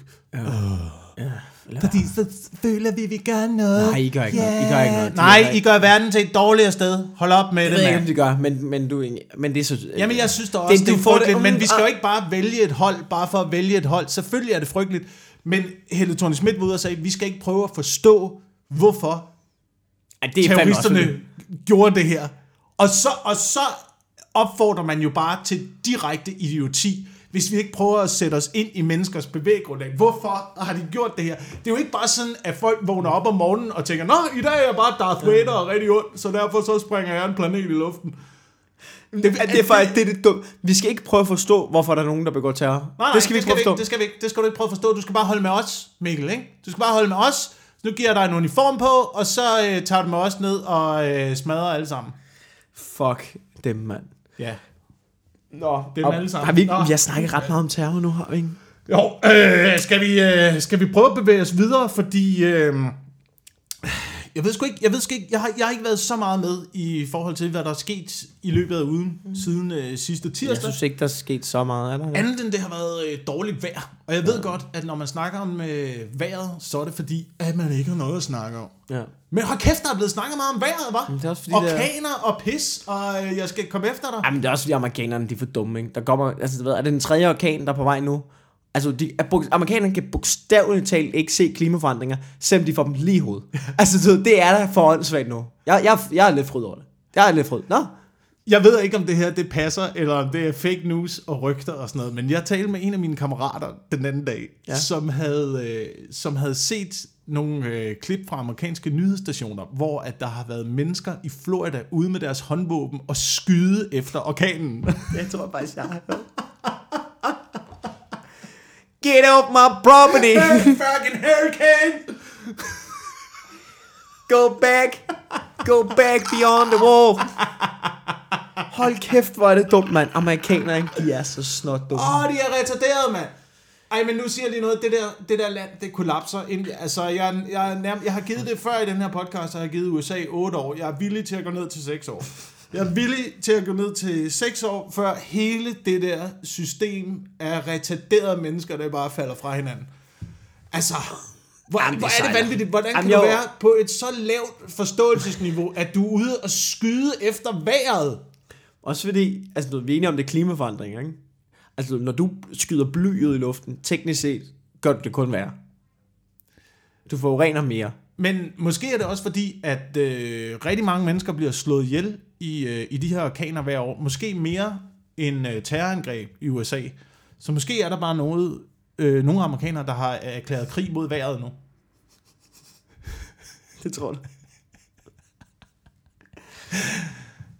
Fordi så føler vi gør noget. Nej, I gør ikke noget. I gør ikke noget. Nej, I gør verden til et dårligere sted. Hold op med det, mand. Jeg ved ikke, om de gør, men det er så... Jamen, jeg synes da også, det er frygteligt, men vi skal jo ikke bare vælge et hold, bare for at vælge et hold. Selvfølgelig er det frygteligt, men Helle Thorning-Schmidt var ude og sagde, vi skal ikke prøve at forstå, hvorfor terroristerne gjorde det her. Og så opfordrer man jo bare til direkte idioti, hvis vi ikke prøver at sætte os ind i menneskers bevæggrundlag. Hvorfor har de gjort det her? Det er jo ikke bare sådan, at folk vågner op om morgenen og tænker, nå, i dag er jeg bare Darth Vader og rigtig ond, så derfor så springer jeg en planet i luften. Det er dumt. Vi skal ikke prøve at forstå, hvorfor der er nogen, der begår terror. Nej, det skal vi ikke prøve at forstå. Det skal du ikke prøve at forstå. Du skal bare holde med os, Mikkel, ikke? Du skal bare holde med os. Nu giver jeg dig en uniform på, og så tager du med os ned og smadrer alle sammen. Fuck dem, mand. Ja. Nå, dem alle sammen. Har vi har snakket ret meget om terror nu, har vi ikke? Jo, skal vi prøve at bevæge os videre, fordi jeg ved sgu ikke, jeg har ikke været så meget med i forhold til, hvad der er sket i løbet af ugen siden sidste tirsdag. Jeg synes ikke, der er sket så meget, er der? Andet end det har været dårligt vejr. Og jeg ved godt, at når man snakker om vejret, så er det fordi, at man ikke har noget at snakke om. Ja. Men hold kæft, der er blevet snakket meget om vejret, hva'? Det er også fordi, orkaner og pis, og jeg skal komme efter dig. Jamen det er også fordi, amerikanerne de er for dumme, ikke? Der kommer, altså, er det den tredje orkan, der er på vej nu? Altså, amerikanerne kan bogstaveligt talt ikke se klimaforandringer, selvom de får dem lige i hovedet. Altså, det er der for åndssvagt nu. Jeg er lidt fryd over det. Nå? Jeg ved ikke, om det her det passer, eller om det er fake news og rygter og sådan noget, men jeg talte med en af mine kammerater den anden dag, som havde set nogle klip fra amerikanske nyhedsstationer, hvor at der har været mennesker i Florida ude med deres håndvåben og skyde efter orkanen. Jeg tror faktisk, jeg har hørt. Get off my property! Fucking hurricane! Go back beyond the wall! Hold kæft, hvor er det dumt, mand. Amerikanere, ikke? De er så snot dumme. De er retarderet, mand. Ej, men nu siger jeg lige noget. Det der land, det kollapser. Altså, jeg har givet det før i den her podcast, og jeg har givet USA 8 år. Jeg er villig til at gå ned til 6 år. Jeg er villig til at gå ned til 6 år, før hele det der system af retarderede mennesker, der bare falder fra hinanden. Altså, hvor er det vanvittigt. Hvordan kan du være på et så lavt forståelsesniveau, at du er ude og skyde efter vejret? Også fordi, altså vi er enige om det klimaforandring, ikke? Altså, når du skyder bly ud i luften, teknisk set, gør du det kun værre. Du forurener mere. Men måske er det også fordi, at rigtig mange mennesker bliver slået ihjel i de her orkaner hver år. Måske mere end terrorangreb i USA. Så måske er der bare nogle amerikanere, der har erklæret krig mod vejret nu. Det tror du.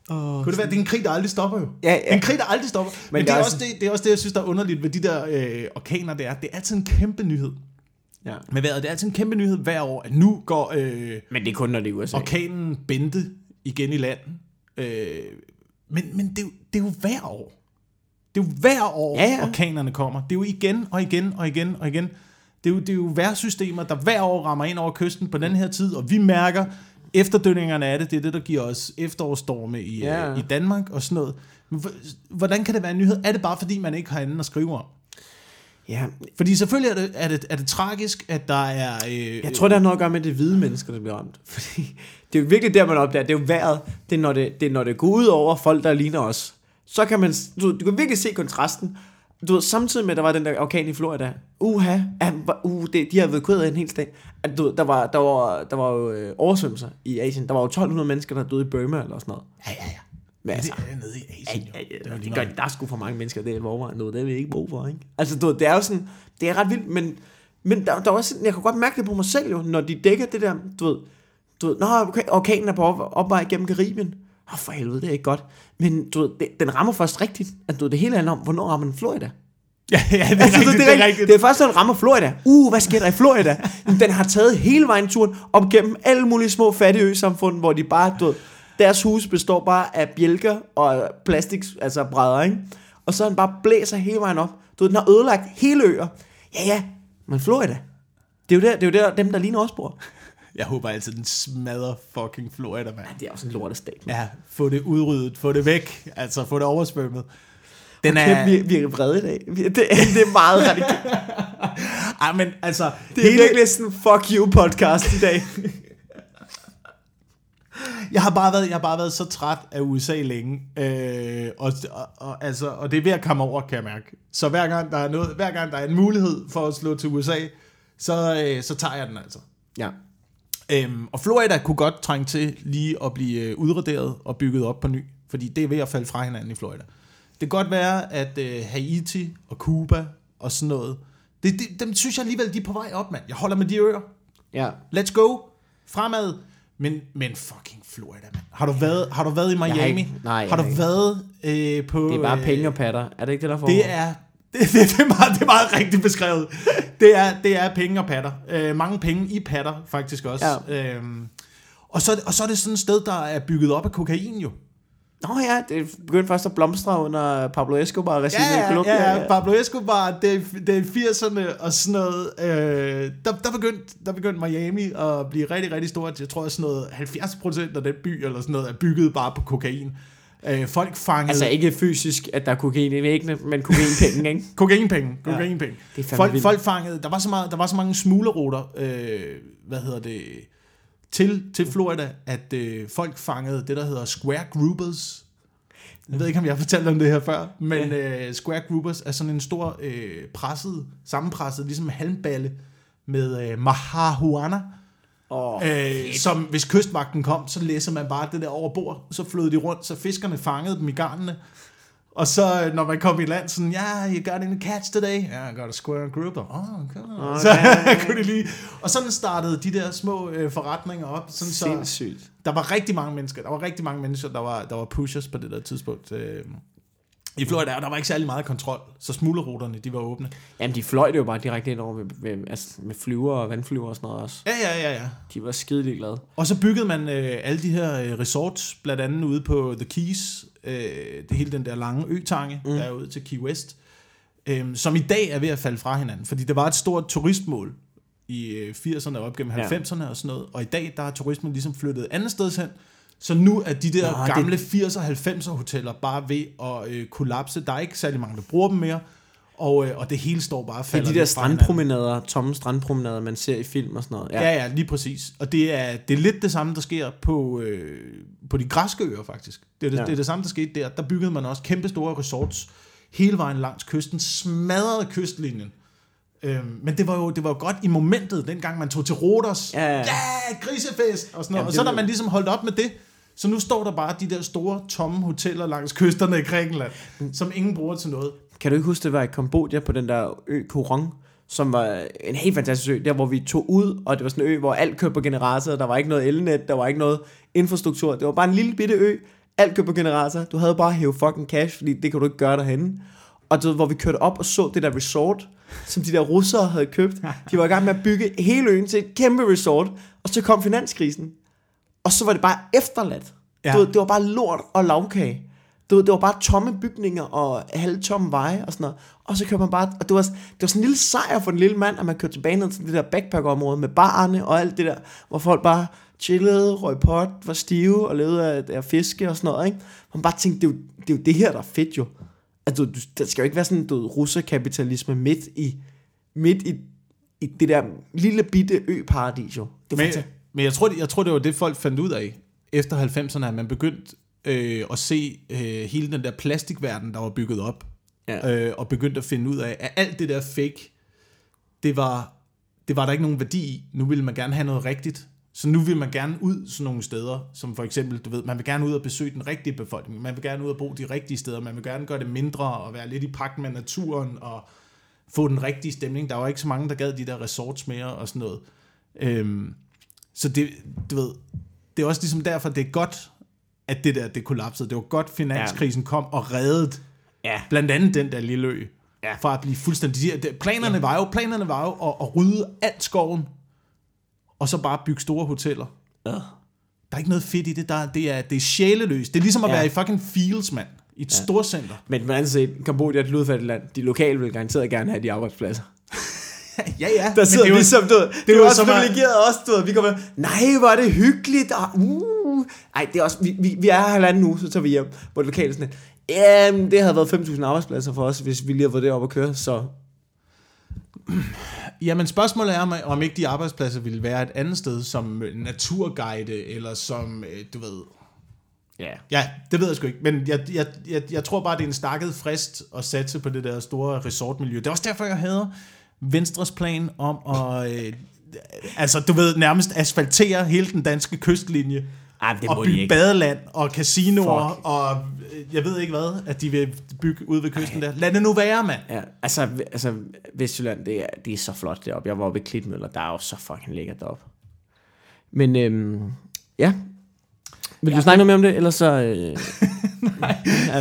Kunne det være, det er en krig, der aldrig stopper jo? Ja. En krig, der aldrig stopper. Men det er også det, jeg synes, der er underligt ved de der orkaner, det er altid en kæmpe nyhed. Ja. Med vejret, det er altid en kæmpe nyhed hver år, at nu går men det er kun, når det er USA. Orkanen Bente igen i land. Men det er jo hver år. Det er jo hver år, orkanerne kommer. Det er jo igen og igen og igen og igen. Det er jo vejrsystemer, der hver år rammer ind over kysten på den her tid, og vi mærker efterdønningerne af det. Det er det, der giver os efterårsstorme i Danmark og sådan noget. Men hvordan kan det være en nyhed? Er det bare, fordi man ikke har andet at skrive om? Ja. Fordi selvfølgelig er det tragisk, at der er... jeg tror, der er noget at gøre med det hvide mennesker, der bliver ramt. Fordi det er jo virkelig der, man opdager. Det er jo vejret. Det er, når det går ud over folk, der ligner os. Så kan man... Du kan virkelig se kontrasten. Du ved, samtidig med, at der var den der orkan i Florida. De har evakueret en hel stat. Der var jo oversvømmelser i Asien. Der var jo 1200 mennesker, der døde i Burma eller sådan noget. Ja. Men altså, det er nede i Asien. Der er sgu for mange mennesker, det er vorvejen noget, det er vi ikke brug for, ikke? Altså, du ved, det er jo sådan, det er ret vildt, men der er også, jeg kan godt mærke det på mig selv jo, når de dækker det der, du ved, orkanen er på opvej gennem Karibien. For helvede, det er ikke godt. Men du ved, den rammer først rigtigt, at det hele handler om, hvornår rammer den Florida. Ja, det er rigtigt. Det er først, når den rammer Florida. Hvad sker der i Florida? Den har taget hele vejen turen op gennem alle mulige små fattige øsamfund, hvor de bare, du ved, deres hus består bare af bjælker og plastik, altså brædder, ikke? Og så den bare blæser hele vejen op. Du ved, den har ødelagt hele øer. Ja, men Florida, det er jo der dem, der ligner os bor. Jeg håber altid, den smadrer fucking Florida, mand. Ja, det er også en lortestat. Ja, få det udryddet, få det væk, altså få det oversvømmet. Vi er vrede i dag. Det er meget radikalt. Ej, men altså... Det er virkelig sådan fuck you podcast i dag. Jeg har bare været så træt af USA længe, og det er ved at komme over, kan jeg mærke. Så hver gang der er en mulighed for at slå til USA, så tager jeg den altså. Ja. Og Florida kunne godt trænge til lige at blive udraderet og bygget op på ny, fordi det er ved at falde fra hinanden i Florida. Det kan godt være, at Haiti og Cuba og sådan noget, dem synes jeg alligevel, de er på vej op, mand. Jeg holder med de øer. Ja. Let's go. Fremad. Men fucking Florida, mand. Har du været i Miami? Nej. Har du været på... Det er bare penge og patter. Er det ikke det, der får? Det er meget rigtigt beskrevet. det er penge og patter. Mange penge i patter, faktisk også. Ja. Og så er det sådan et sted, der er bygget op af kokain, jo. Nå ja, det begyndte først at blomstre under Pablo Escobar-regimet i Colombia. Ja, Pablo Escobar, det er 80'erne og sådan noget. Der begyndte Miami at blive rigtig, rigtig stort. Jeg tror, at sådan noget 70% af den by eller sådan noget er bygget bare på kokain. Folk fangede... Altså ikke fysisk, at der er kokain i væggene, men kokainpenge, ikke? Kokainpenge. Ja, folk fangede... Der var så mange smuglerruter, til Florida, at folk fangede det, der hedder square groupers. Jeg ved ikke, om jeg har fortalt om det her før, men square groupers er sådan en stor sammenpresset, ligesom halmballe med marihuana. Som hvis kystvagten kom, så læser man bare det der over bord, så flød de rundt, så fiskerne fangede dem i garnene. Og så når man kom i land, sådan, you got any catch today? Yeah, I got a square grouper. Okay. Så kunne de lige... Og sådan startede de der små forretninger op. Sådan, sindssygt. Så der var rigtig mange mennesker. Der var pushers på det der tidspunkt. I Florida, der var ikke særlig meget kontrol, så smuglerruterne, de var åbne. Jamen, de fløj det jo bare direkte ind over med flyver og vandflyver og sådan noget også. Ja. De var skidelig glade. Og så byggede man alle de her resorts, blandt andet ude på The Keys, det hele den der lange øtange, der er ude til Key West, som i dag er ved at falde fra hinanden, fordi det var et stort turistmål i 80'erne og op gennem 90'erne og sådan noget, og i dag, der er turismen ligesom flyttet andet sted hen, så nu er de der gamle 80'er og 90'er hoteller bare ved at kollapse. Der er ikke særlig mange, der bruger dem mere, og det hele står bare og falder. Det er de der strandpromenader, tomme strandpromenader, man ser i film og sådan noget. Ja, lige præcis. Og det er lidt det samme, der sker på de græske øer, faktisk. Det er det samme, der skete der. Der byggede man også kæmpe store resorts hele vejen langs kysten, smadrede kystlinjen. Men det var jo godt i momentet, dengang man tog til Rhodos. Ja, grisefest og sådan noget. Jamen, og så da man ligesom holdt op med det, så nu står der bare de der store, tomme hoteller langs kysterne i Grækenland, som ingen bruger til noget. Kan du ikke huske, det var i Kambodja på den der ø Koh Rong, som var en helt fantastisk ø, der hvor vi tog ud, og det var sådan en ø, hvor alt kørte på generatorer, der var ikke noget elnet, der var ikke noget infrastruktur, det var bare en lille bitte ø, Alt købt på generator. Du havde bare at hæve fucking cash, fordi det kan du ikke gøre derhenne. Og du ved, hvor vi kørte op og så det der resort, som de der russere havde købt. De var i gang med at bygge hele øen til et kæmpe resort, og så kom finanskrisen. Og så var det bare efterladt. Ja. Du ved, det var bare lort og lavkage. Det var bare tomme bygninger og halvtomme veje og sådan noget. Og så kørte man bare, og det var sådan en lille sejr for den lille mand, at man kørte tilbage ned til det der backpack-område med barerne og alt det der, hvor folk bare chillede, røg pot, var stive og levede af fiske og sådan noget, ikke? Man bare tænkte, det er jo det her, der er fedt jo. Altså, der skal jo ikke være sådan en russerkapitalisme midt i det der lille bitte ø-paradis jo. Men jeg tror, det var det, folk fandt ud af efter 90'erne, at man begyndte at se hele den der plastikverden, der var bygget op, og begyndte at finde ud af, at alt det der fake, det var der ikke nogen værdi i. Nu ville man gerne have noget rigtigt. Så nu vil man gerne ud sådan nogle steder, som for eksempel, du ved, man vil gerne ud og besøge den rigtige befolkning, man vil gerne ud og bo de rigtige steder, man vil gerne gøre det mindre og være lidt i pagt med naturen og få den rigtige stemning. Der var ikke så mange, der gad de der resorts mere og sådan noget. Så det, du ved, det er også ligesom derfor, det er godt, at det kollapsede. Det var godt, finanskrisen kom og reddede blandt andet den der lille ø fra at blive fuldstændig... Planerne var jo at rydde alt skoven, og så bare bygge store hoteller. Der er ikke noget fedt i det. Det er sjæleløst. Det er ligesom at være i fucking Fields, mand. I et storcenter. Men på den anden side, Kambodja er et ludfattigt land. De lokale vil garanteret gerne have de arbejdspladser. Ja. Der sidder vi som, du ved, det er jo også privilegeret også, du ved, vi kommer, nej, hvor er det hyggeligt, og ej, det er også, vi er her halvanden uge, så tager vi hjem, hvor det lokale sådan, det havde været 5.000 arbejdspladser for os, hvis vi lige havde været deroppe at køre, så... Jamen spørgsmålet er, om ikke de arbejdspladser ville være et andet sted, som naturguide, eller som, du ved... Ja, det ved jeg sgu ikke, men jeg tror bare, det er en stakket frist at satse på det der store resortmiljø. Det er også derfor, jeg hader Venstres plan om at, altså du ved, nærmest asfaltere hele den danske kystlinje. Og bygge badeland og casinoer og jeg ved ikke hvad, at de vil bygge ud ved kysten der. Lad det nu være, mand. Ja, altså Vestjylland, det er så flot deroppe. Jeg var oppe i Klitmøller, der er jo så fucking lækkert deroppe. Men ja. Vil du snakke noget mere om det, eller så... Nej,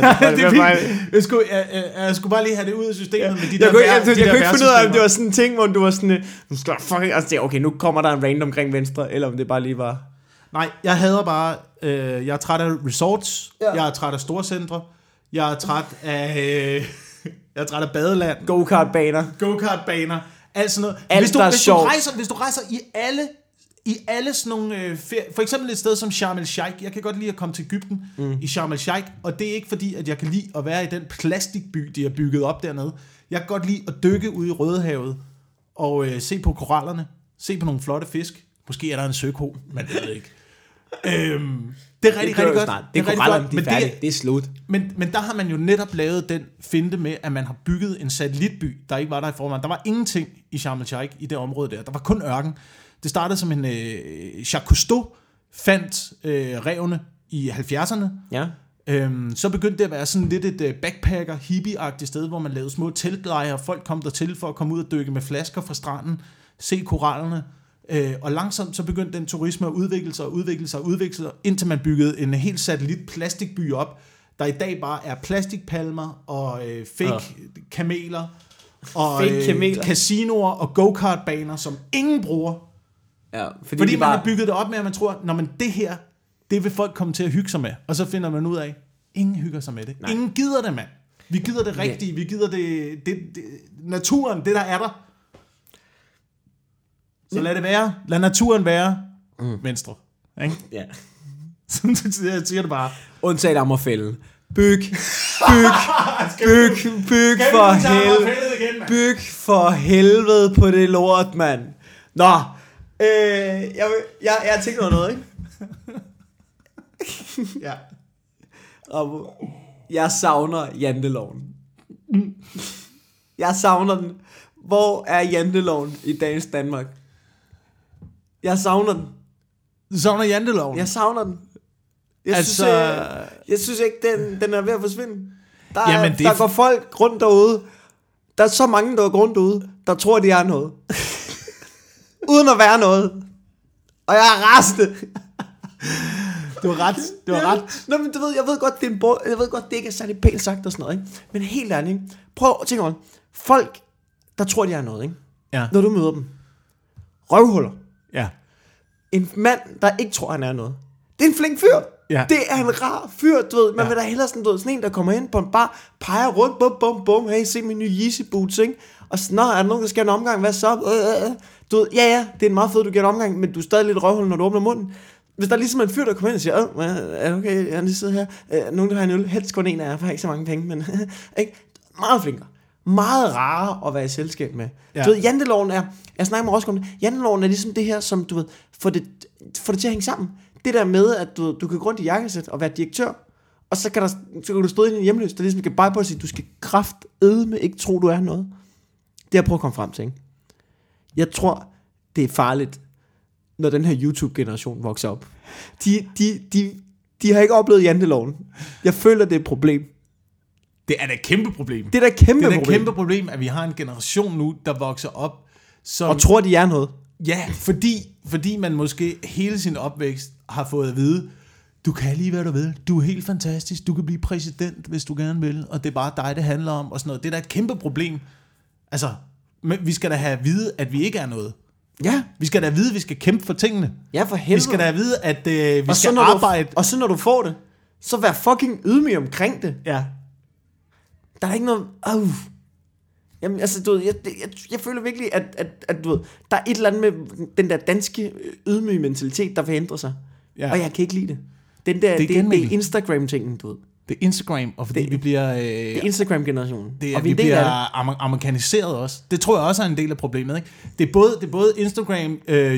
jeg skulle bare lige have det ud af systemet med de der... Jeg kunne ikke finde ud af, om det var sådan en ting, hvor du var sådan... Nu skal fucking... Altså, okay, nu kommer der en random omkring Venstre, eller om det bare lige var... Nej, jeg hader bare... jeg er træt af resorts, jeg er træt af storcentre, jeg er træt af... jeg er træt af badeland. Go-kart-baner. Alt sådan noget. Hvis du rejser i alle sådan nogle for eksempel et sted som Sharm el-Sheikh. Jeg kan godt lide at komme til Egypten i Sharm el-Sheikh, og det er ikke fordi, at jeg kan lide at være i den plastikby, de har bygget op dernede. Jeg kan godt lide at dykke ude i Rødehavet og se på korallerne, se på nogle flotte fisk. Måske er der en søko, man ved ikke. Det er rigtig godt. Det er korallerne, de er færdige. Det er slut. Men der har man jo netop lavet den finte med, at man har bygget en satellitby, der ikke var der i forvejen. Der var ingenting i Sharm el-Sheikh i det område der. Der var kun ørken. Det startede som en... Jacques Cousteau fandt revene i 70'erne. Ja. Så begyndte det at være sådan lidt et backpacker, hippie-agtigt sted, hvor man lavede små teltlejre. Folk kom der til for at komme ud og dykke med flasker fra stranden, se korallerne. Og langsomt så begyndte den turisme at udvikle sig, indtil man byggede en helt satellit plastikby op, der i dag bare er plastikpalmer og fake kameler og casinoer og go-kart-baner, som ingen bruger. Ja, fordi man har bygget det op med, at man tror, når man det her, det vil folk komme til at hygge sig med. Og så finder man ud af, ingen hygger sig med det. Nej. Ingen gider det, mand. Vi gider det rigtige. Vi gider det naturen, det der er der. Så lad det være. Lad naturen være. Venstre. Ikke? Ja. Jeg siger det bare. Undtaget Ammerfælden. Byg for helvede. Byg for helvede på det lort, mand. Nå. Jeg tænker noget, ikke? Ja. Og jeg savner janteloven. Jeg savner den. Hvor er janteloven i dagens Danmark? Jeg savner den. Du savner janteloven? Jeg savner den. Jeg synes ikke, den er ved at forsvinde. Der går folk rundt derude. Der er så mange, der går rundt derude, der tror, de er noget. Uden at være noget. Og jeg er rasende. Du har ret. Nå, men du ved, jeg ved godt, jeg ved godt, det ikke er særlig pænt sagt og sådan noget, ikke? Men helt ærligt, ikke? Prøv at tænke over, folk, der tror, de er noget, ikke? Ja. Når du møder dem. Røvhuller. Ja. En mand, der ikke tror, han er noget. Det er en flink fyr. Ja. Det er en rar fyr, du ved. Man vil da hellere sådan en, der kommer ind på en bar, peger rundt, bum, bum, bum, hey, se min nye Yeezy boots, ikke? Og så, er der nogen, der skal have en omgang, hvad så? Du ved, ja, det er en meget fed, du giver en omgang, men du er stadig lidt røvhul, når du åbner munden. Hvis der er ligesom en fyr, der kommer ind og siger, okay, jeg lige sidder her, nogen, der har en øl, helst kun en af jer, for jeg har ikke så mange penge, men ikke? Meget flinkere. Meget rare at være i selskab med. Ja. Du ved, janteloven er, jeg snakker med også om det, janteloven er ligesom det her, som du ved, får det til at hænge sammen. Det der med, at du kan gå rundt i jakkesæt og være direktør, og så kan du stå ind i en hjemløs, der ligesom skal bare på at sige, du skal kraftedme ikke tro, du er noget. Det jeg prøver at komme frem til, ikke? Jeg tror, det er farligt, når den her YouTube-generation vokser op. De har ikke oplevet janteloven. Jeg føler, det er et problem. Det er da et kæmpe problem. Det er da et kæmpe problem, at vi har en generation nu, der vokser op, som... Og tror, de er noget. Ja, fordi man måske hele sin opvækst har fået at vide, du kan lige hvad du vil, du er helt fantastisk, du kan blive præsident, hvis du gerne vil, og det er bare dig, det handler om, og sådan noget. Det er da et kæmpe problem. Altså, vi skal da have at vide, at vi ikke er noget. Ja. Vi skal da vide, at vi skal kæmpe for tingene. Ja, for helvede. Vi skal da vide, at vi skal arbejde. Og så når du får det, så vær fucking ydmyg omkring det. Ja. Der er ikke noget... Jamen, altså, du ved, jeg føler virkelig, at du ved, der er et eller andet med den der danske ydmyge mentalitet, der vil ændre sig. Ja. Og jeg kan ikke lide det. Det er Instagram-tingen, du ved. Det er Instagram, og fordi vi bliver... det er Instagram-generationen. Vi bliver amerikaniseret også. Det tror jeg også er en del af problemet, ikke? Det er både Instagram,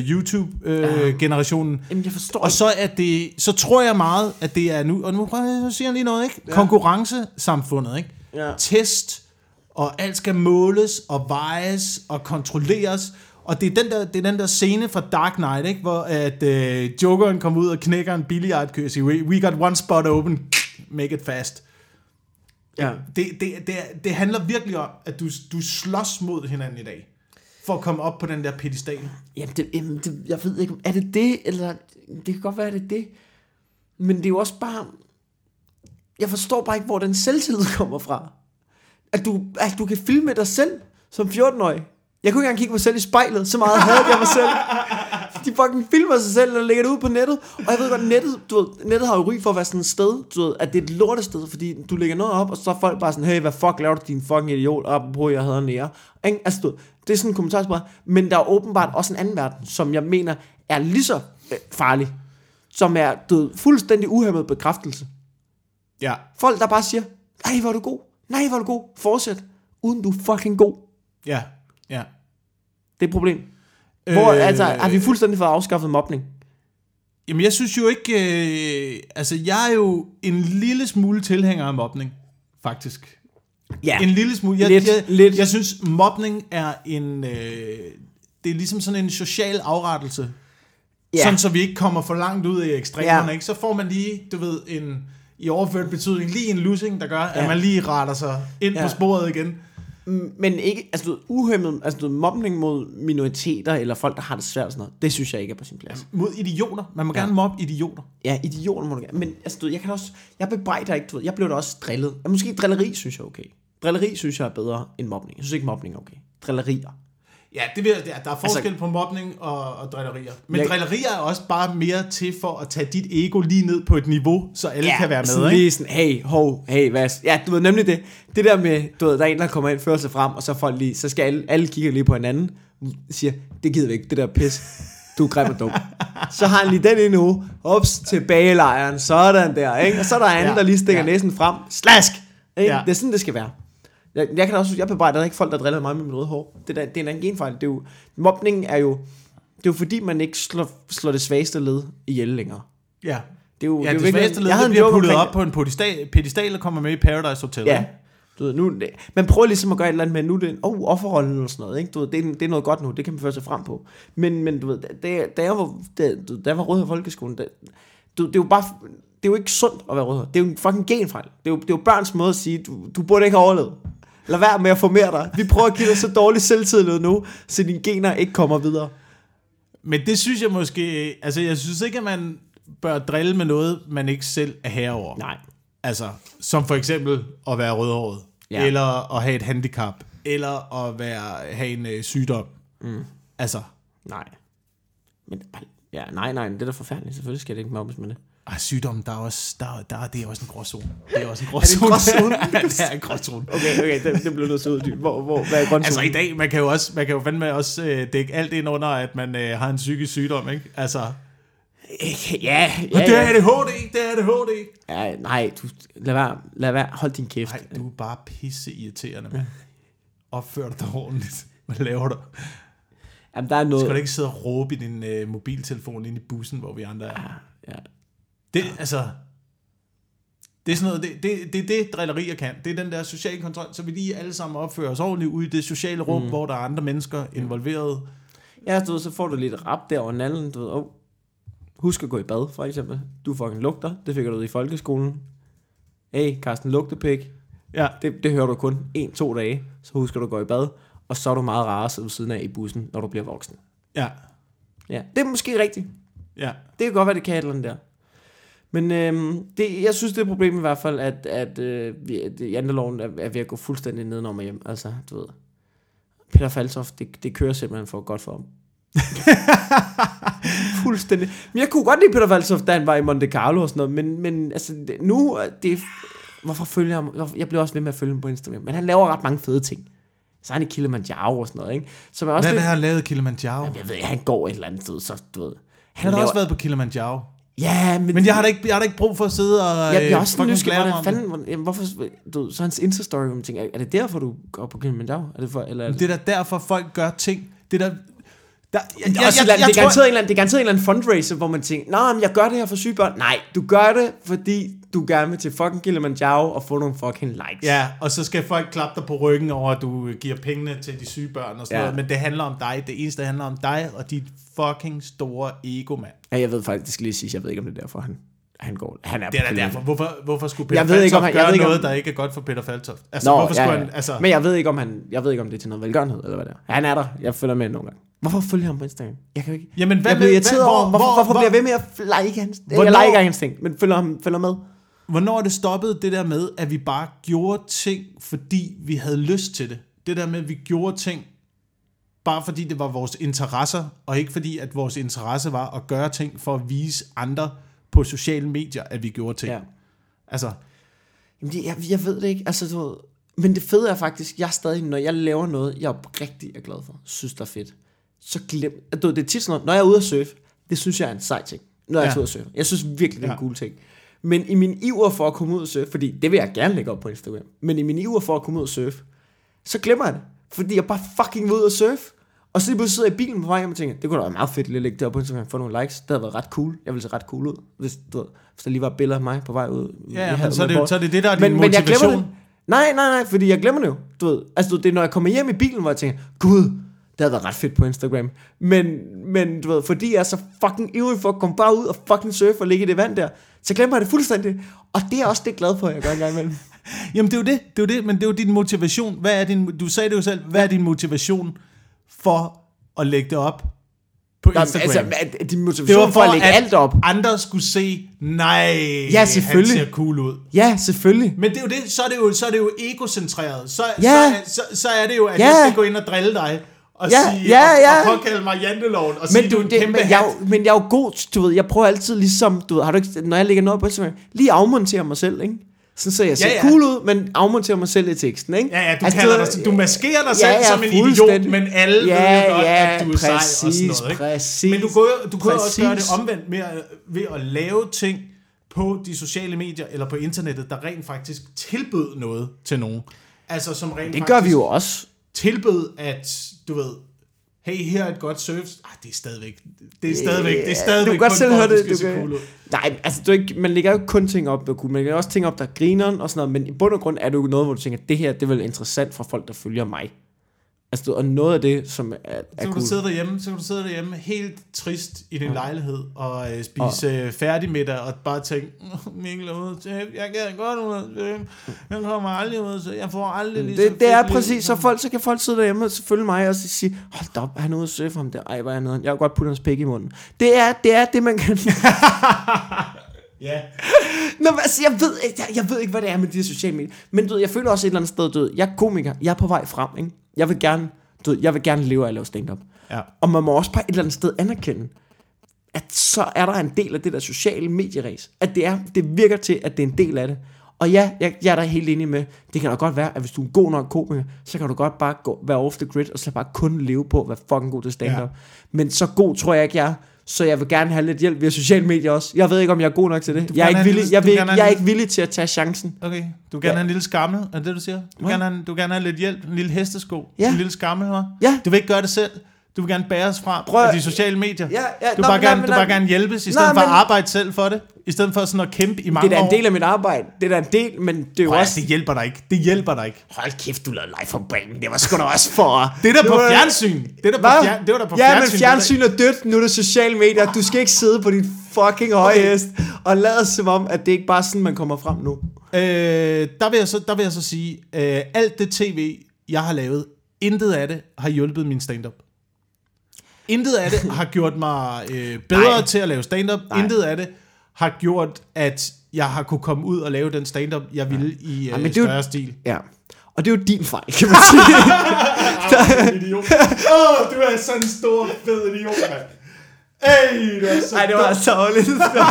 YouTube-generationen. Jamen, jeg forstår og så tror jeg meget, at det er nu... Og nu siger jeg lige noget, ikke? Ja. Konkurrencesamfundet, ikke? Ja. Test, og alt skal måles, og vejes, og kontrolleres. Og det er den der scene fra Dark Knight, ikke? Hvor at Jokeren kommer ud og knækker en billiardkø og siger, we got one spot open, make it fast. Ja. Det handler virkelig om, at du slås mod hinanden i dag, for at komme op på den der pedestal. Jamen, jeg ved ikke, er det, eller det kan godt være, det er det. Men det er jo også bare, jeg forstår bare ikke, hvor den selvtillid kommer fra. At du kan filme dig selv som 14-årig. Jeg kunne ikke engang kigge mig selv i spejlet, så meget havde jeg mig selv. De fucking filmer sig selv og lægger det ud på nettet. Og jeg ved godt, nettet har jo ry for at være sådan et sted, du ved, at det er et lortested, fordi du lægger noget op, og så er folk bare sådan, hey, hvad fuck laver du, din fucking idiot, apropos, jeg havde nære. Altså, du ved, det er sådan en kommentarspred. Men der er åbenbart også en anden verden, som jeg mener er lige så farlig, som er, du ved, fuldstændig uhæmmet bekræftelse. Ja. Folk, der bare siger, nej, hvor er du god. Nej, hvor er du god. Fortsæt. Uden du er fucking god. Ja. Ja. Det er et problem. Hvor, altså, har vi fuldstændig fået afskaffet mobning? Jamen, jeg synes jo ikke... jeg er jo en lille smule tilhænger af mobning, faktisk. Ja. En lille smule. Lidt. Jeg synes, mobning er en... det er ligesom sådan en social afrettelse. Ja. Sådan, så vi ikke kommer for langt ud i ekstremerne, ikke? Så får man lige, du ved, i overført betydning, lige en lussing, der gør, at man lige retter sig ind på sporet igen. Men ikke, altså uhæmmet, altså mobning mod minoriteter, eller folk, der har det svært, sådan noget, det synes jeg ikke er på sin plads. Mod idioter. Man må gerne mobbe idioter. Ja, idioter må du gerne. Men altså, jeg bebrejder ikke, du ved, jeg blev da også drillet. Måske drilleri synes jeg er okay. Drilleri synes jeg er bedre end mobning. Jeg synes ikke, mobning er okay. Drillerier. Ja, der er forskel på mobning og drillerier. Men drillerier er også bare mere til for at tage dit ego lige ned på et niveau, så alle kan være med, ikke? Sådan, hey, hvad? Ja, du ved nemlig det. Det der med, du ved, der er en, der kommer ind, fører sig frem, og så folk lige, så skal alle kigge lige på hinanden, siger, det gider vi ikke, det der pis. Du er grim og dum. Så har han lige den endnu. Ups, tilbage i lejren. Sådan der, ikke? Og så er der anden, der lige stikker næsen frem. Slask! Ikke? Ja. Det er sådan, det skal være. Jeg bebrejder ikke folk, der driller mig med mit røde hår. Det er en anden genfejl. Det er jo, mobningen er jo, det er jo fordi, man ikke slår det svageste led ihjel længere. Ja. Det er jo, det svageste led, det bliver puttet op på en pedestal, der kommer med i Paradise Hotel. Ja. Du ved, nu, man prøver ligesom at gøre et eller andet med, nu er det offerrollen eller sådan noget, ikke? Du ved, det er noget godt nu, det kan man føre sig frem på. Men du ved, da jeg var rød i folkeskolen, det er jo bare, det er jo ikke sundt at være rød. Det er jo en fucking genfejl. Det er jo børns måde at sige, du burde ikke have overlevet. Lad være med at formere dig. Vi prøver at give dig så dårlig selvtillid nu, så dine gener ikke kommer videre. Men det synes jeg måske, altså jeg synes ikke, at man bør drille med noget, man ikke selv er herover. Nej. Altså, som for eksempel at være rødhåret, eller at have et handicap, eller at have en sygdom. Altså. Nej. Men, nej, det er da forfærdeligt. Selvfølgelig skal det ikke mobbes med det. Sygdommen, det er også en gråzone. Det er også en gråzone. Det er en gråzone. Okay, det blev noget så uddybt. Hvad er gråzonen? Altså i dag, man kan jo fandme også dække alt ind under, at man har en psykisk sygdom, ikke? Altså. Ja. Det er ADHD. Ja, nej, lad være, hold din kæft. Nej, du er bare pisse irriterende, mand. Opfør dig ordentligt. Hvad laver du? Jamen, der er noget. Skal du ikke sidde og råbe i din mobiltelefon ind i bussen, hvor vi andre er? Ja. Det er sådan noget, det er det drillerier kan. Det er den der sociale kontrol, så vi lige alle sammen opfører os ordentligt ude i det sociale rum, hvor der er andre mennesker involveret. Ja, du ved, så får du lidt rap der over nallen, du ved, husk at gå i bad, for eksempel. Du fucking lugter, det fik du ud i folkeskolen. Hey, Carsten lugtepik. Ja. Det hører du kun 1-2 dage, så husker du at gå i bad, og så er du meget rarere ved siden af i bussen, når du bliver voksen. Ja, det er måske rigtigt. Ja. Det kan godt være, det kan et eller andet der. Men jeg synes, det er et problem i hvert fald, at janteloven er ved at gå fuldstændig nedenom og hjem. Altså, du ved, Peter Faltoft, det kører simpelthen for godt for ham. Fuldstændig. Men jeg kunne godt lide Peter Faltoft, da han var i Monte Carlo og sådan noget, men altså, nu, hvorfor følger jeg ham? Jeg bliver også ved med at følge ham på Instagram, men han laver ret mange fede ting. Så er han i Kilimanjaro og sådan noget, ikke? Som også hvad har han lavet Kilimanjaro? Jamen, jeg ved, han går et eller andet sted, så du ved. Han har også været på Kilimanjaro. Ja, men jeg har da ikke brug for at sidde og jeg er også nysgerrig, hvorfor så hans Insta-story, hvor man tænker, er det derfor, du går på Kilimanjaro? Er det for, eller det er derfor, folk gør ting. Det er garanteret en eller anden fundraiser, hvor man tænker, nej, men jeg gør det her for syge børn. Nej, du gør det, fordi du gerne vil til fucking Kilimanjaro og få nogle fucking likes. Ja, og så skal folk klappe dig på ryggen over, at du giver pengene til de syge børn og sådan noget. Men det handler om dig. Det eneste handler om dig og dit fucking store ego, mand. Ja, jeg ved faktisk, det skal lige sige, jeg ved ikke, om det er derfor, han går. Han er det er derfor. Hvorfor skulle Peter Faltoft gøre noget, der ikke er godt for Peter Faltoft? Altså, hvorfor skulle han, altså. Men jeg ved ikke, om det er til noget velgørenhed, eller hvad det er. Han er der. Jeg følger med nogle gange. Hvorfor følger jeg ham på Instagram? Jeg kan ikke. Jamen, jeg bliver irriteret over, hvorfor bliver jeg ved med at like hans? Jeg liker hans ting, men følger med. Hvornår er det stoppet det der med, at vi bare gjorde ting, fordi vi havde lyst til det? Det der med, at vi gjorde ting, bare fordi det var vores interesser, og ikke fordi, at vores interesse var at gøre ting for at vise andre på sociale medier, at vi gjorde ting. Ja. Altså. Jamen, jeg ved det ikke. Altså, du ved, men det fede er faktisk, jeg stadig, når jeg laver noget, jeg rigtig er glad for, synes det er fedt, så glem, det er tit sådan noget, når jeg er ude at surfe, det synes jeg er en sej ting, når jeg er ude at surfe. Jeg synes virkelig, det er en cool ting. Men i min iver for at komme ud og surfe, fordi det vil jeg gerne lægge op på Instagram, men i min iver for at komme ud og surfe, så glemmer jeg det, fordi jeg bare fucking vil ud og surfe, og så lige pludselig sidder jeg i bilen på vej hjem og tænker, det kunne da være meget fedt at lægge det op på Instagram, få nogle likes, det havde været ret cool, jeg ville se ret cool ud, hvis der lige var billeder af mig på vej ud. Ja, men så er det der er din motivation. Men nej, fordi jeg glemmer det jo, du ved, altså det er når jeg kommer hjem i bilen, hvor jeg tænker, gud, det havde været ret fedt på Instagram, men du ved, fordi jeg er så fucking ivrig for at komme bare ud og fucking surfe og ligge i det vand der, så glemmer jeg det fuldstændig, og det er også det glad for, at jeg gør en gang imellem. Jamen det er jo det, men det er jo din motivation. Du sagde det jo selv, hvad er din motivation for at lægge det op på Instagram? Altså, din motivation for at lægge alt op. Andre skulle se, nej, ja, han ser cool ud. Ja, selvfølgelig. Men det er jo det, så er det jo egocentreret. Så er det jo, at jeg skal gå ind og drille dig. Og sige, og påkalde mig janteloven og sige, du er en kæmpe men jeg er jo god, du ved, jeg prøver altid ligesom, du ved, har du ikke, når jeg lægger noget på Instagram, lige afmontere mig selv, ikke? Så jeg ser cool ud, men afmonterer mig selv i teksten, ikke? Ja, du maskerer dig selv som en idiot, men alle ved jo godt, at du er sej og sådan noget, ikke? Præcis, men du kunne også gøre det omvendt ved at lave ting på de sociale medier eller på internettet, der rent faktisk tilbød noget til nogen. Altså som rent det gør vi jo også. Tilbød, at du ved, hey, her er et godt surf. Det er stadigvæk du kan godt selv høre det. Cool ud. Nej, altså man lægger jo kun ting op, man lægger også ting op, der griner og sådan noget, men i bund og grund er det jo noget, hvor du tænker, det her, det er vel interessant for folk, der følger mig. Altså, og noget af det, som er så kan du sidde derhjemme helt trist i din lejlighed og spise færdigmiddag og bare tænke, Mikkel er ude til, jeg kan godt ud til, jeg kommer aldrig ud til, jeg får aldrig lige det er præcis, så kan folk sidde derhjemme og følge mig og sige, hold da op, han er ude og surfe ham der, ej, hvor er noget, jeg vil godt putte hans pæk i munden. Det er det, man kan. Ja. Nå, altså, jeg ved ikke, hvad det er med de sociale medier, men jeg føler også et eller andet sted, jeg er komiker, jeg er på vej frem, ikke? Jeg vil gerne leve af at lave stand-up. Ja. Og man må også på et eller andet sted anerkende, at så er der en del af det der sociale medieræs. At det virker til, at det er en del af det. Og ja, jeg er da helt enig med, det kan da godt være, at hvis du er en god nok komiker, så kan du godt bare være off the grid, og så bare kun leve på at være fucking god til stand-up. Ja. Men så god tror jeg ikke, jeg er. Så jeg vil gerne have lidt hjælp via sociale medier også. Jeg ved ikke, om jeg er god nok til det. Jeg er ikke villig til at tage chancen. Okay, du vil gerne have en lille skammel, er det du siger? Du vil gerne have lidt hjælp, en lille hestesko, en lille skammel, hva'? Ja. Du vil ikke gøre det selv. Du vil gerne bæres fra de sociale medier. Ja, du vil bare gerne hjælpes, i stedet for at arbejde selv for det. I stedet for sådan at kæmpe i mange år. Det er da en del af mit arbejde. Det er da en del, men det er jo også... Det hjælper dig ikke. Hold kæft, du lavede live for banen. Det var sgu da også for... Det er der på fjernsyn. Det var der på fjernsyn. Ja, men fjernsyn er dødt. Nu er det sociale medier. Du skal ikke sidde på din fucking høje hest og lade som om, at det ikke bare er sådan, man kommer frem nu. Der vil jeg så sige, alt det tv, jeg har lavet, intet af det har hjulpet min stand-up. Intet af det har gjort mig bedre til at lave stand-up. Intet af det har gjort, at jeg har kunne komme ud og lave den stand-up, jeg ville i større stil. Ja, og det er jo din fejl, kan man sige. Idiot. Du er sådan en stor, fed idiot, mand. Ej, du er så det var savligt.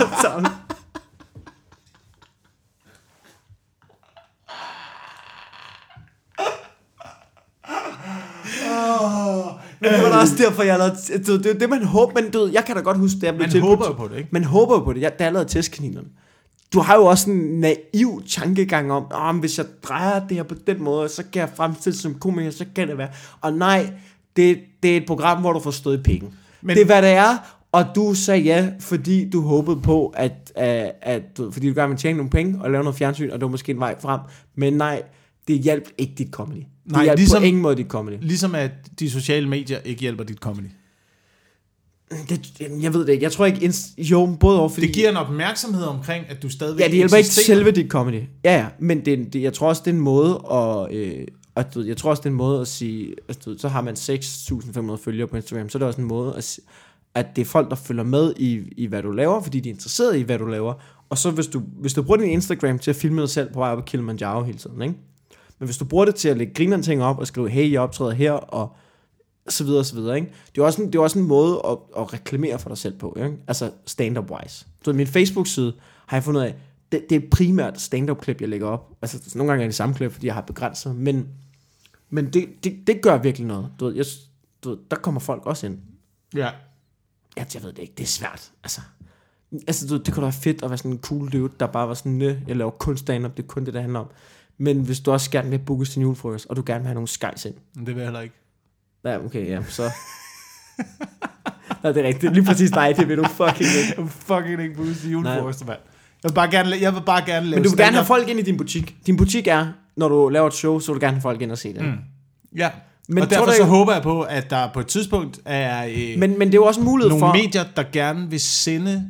Men det var da også derfor, jeg lavede... Det er det, man håber, men jeg kan da godt huske, det jeg blev tilbudt. Man håber jo på det, ikke? Man håber jo på det. Da jeg lavede testkaninerne. Du har jo også en naiv tankegang om, hvis jeg drejer det her på den måde, så kan jeg fremstille som komiker, så kan det være. Og nej, det er et program, hvor du får stået i pikken. Det er, hvad det er, og du sagde ja, fordi du håbede på, fordi du gerne ville tjene nogle penge og lave noget fjernsyn, og det var måske en vej frem. Men nej, det hjalp ikke dit comedy. Det hjalp på ingen måde dit comedy. Ligesom at de sociale medier ikke hjælper dit comedy. Jeg ved det ikke. Jeg tror ikke... både over, fordi... Det giver en opmærksomhed omkring, at du stadigvæk... Ja, det hjælper ikke selve dit comedy. Ja, men jeg tror også, det er en måde at... Jeg tror også, det er en måde at sige... Så har man 6.500 følgere på Instagram, så er det også en måde at det er folk, der følger med i hvad du laver, fordi de er interesseret i, hvad du laver. Og så hvis du bruger din Instagram til at filme dig selv på vej op ad Kilimanjaro hele tiden, ikke? Men hvis du bruger det til at lægge grinerne ting op og skrive, hey, jeg optræder her, og så videre, og så videre, ikke? Det er også en måde at reklamere for dig selv på, ikke? Altså stand-up wise. Så min Facebook-side har jeg fundet af, det er primært stand-up-klip, jeg lægger op. Altså nogle gange er det samme klip, fordi jeg har begrænset, men det gør virkelig noget. Du ved, der kommer folk også ind. Ja. Jeg ved det ikke, det er svært. Altså det kunne da være fedt at være sådan en cool dude, der bare var sådan, jeg laver kun stand-up, det er kun det, der handler om. Men hvis du også gerne vil bookes til julefrokost, og du gerne vil have nogle skejs ind. Det vil jeg heller ikke. Ja, okay, ja, så... Nej, det er rigtigt. Lige præcis dig, det vil du fucking ikke. Jeg vil fucking ikke bookes til julefrokost, mand. Jeg vil bare gerne lave. Men du vil gerne have folk ind i din butik. Din butik er, når du laver et show, så vil du gerne have folk ind og se det. Mm. Ja. Men og derfor så håber jeg på, at der på et tidspunkt er men det er jo også en mulighed nogle medier, der gerne vil sende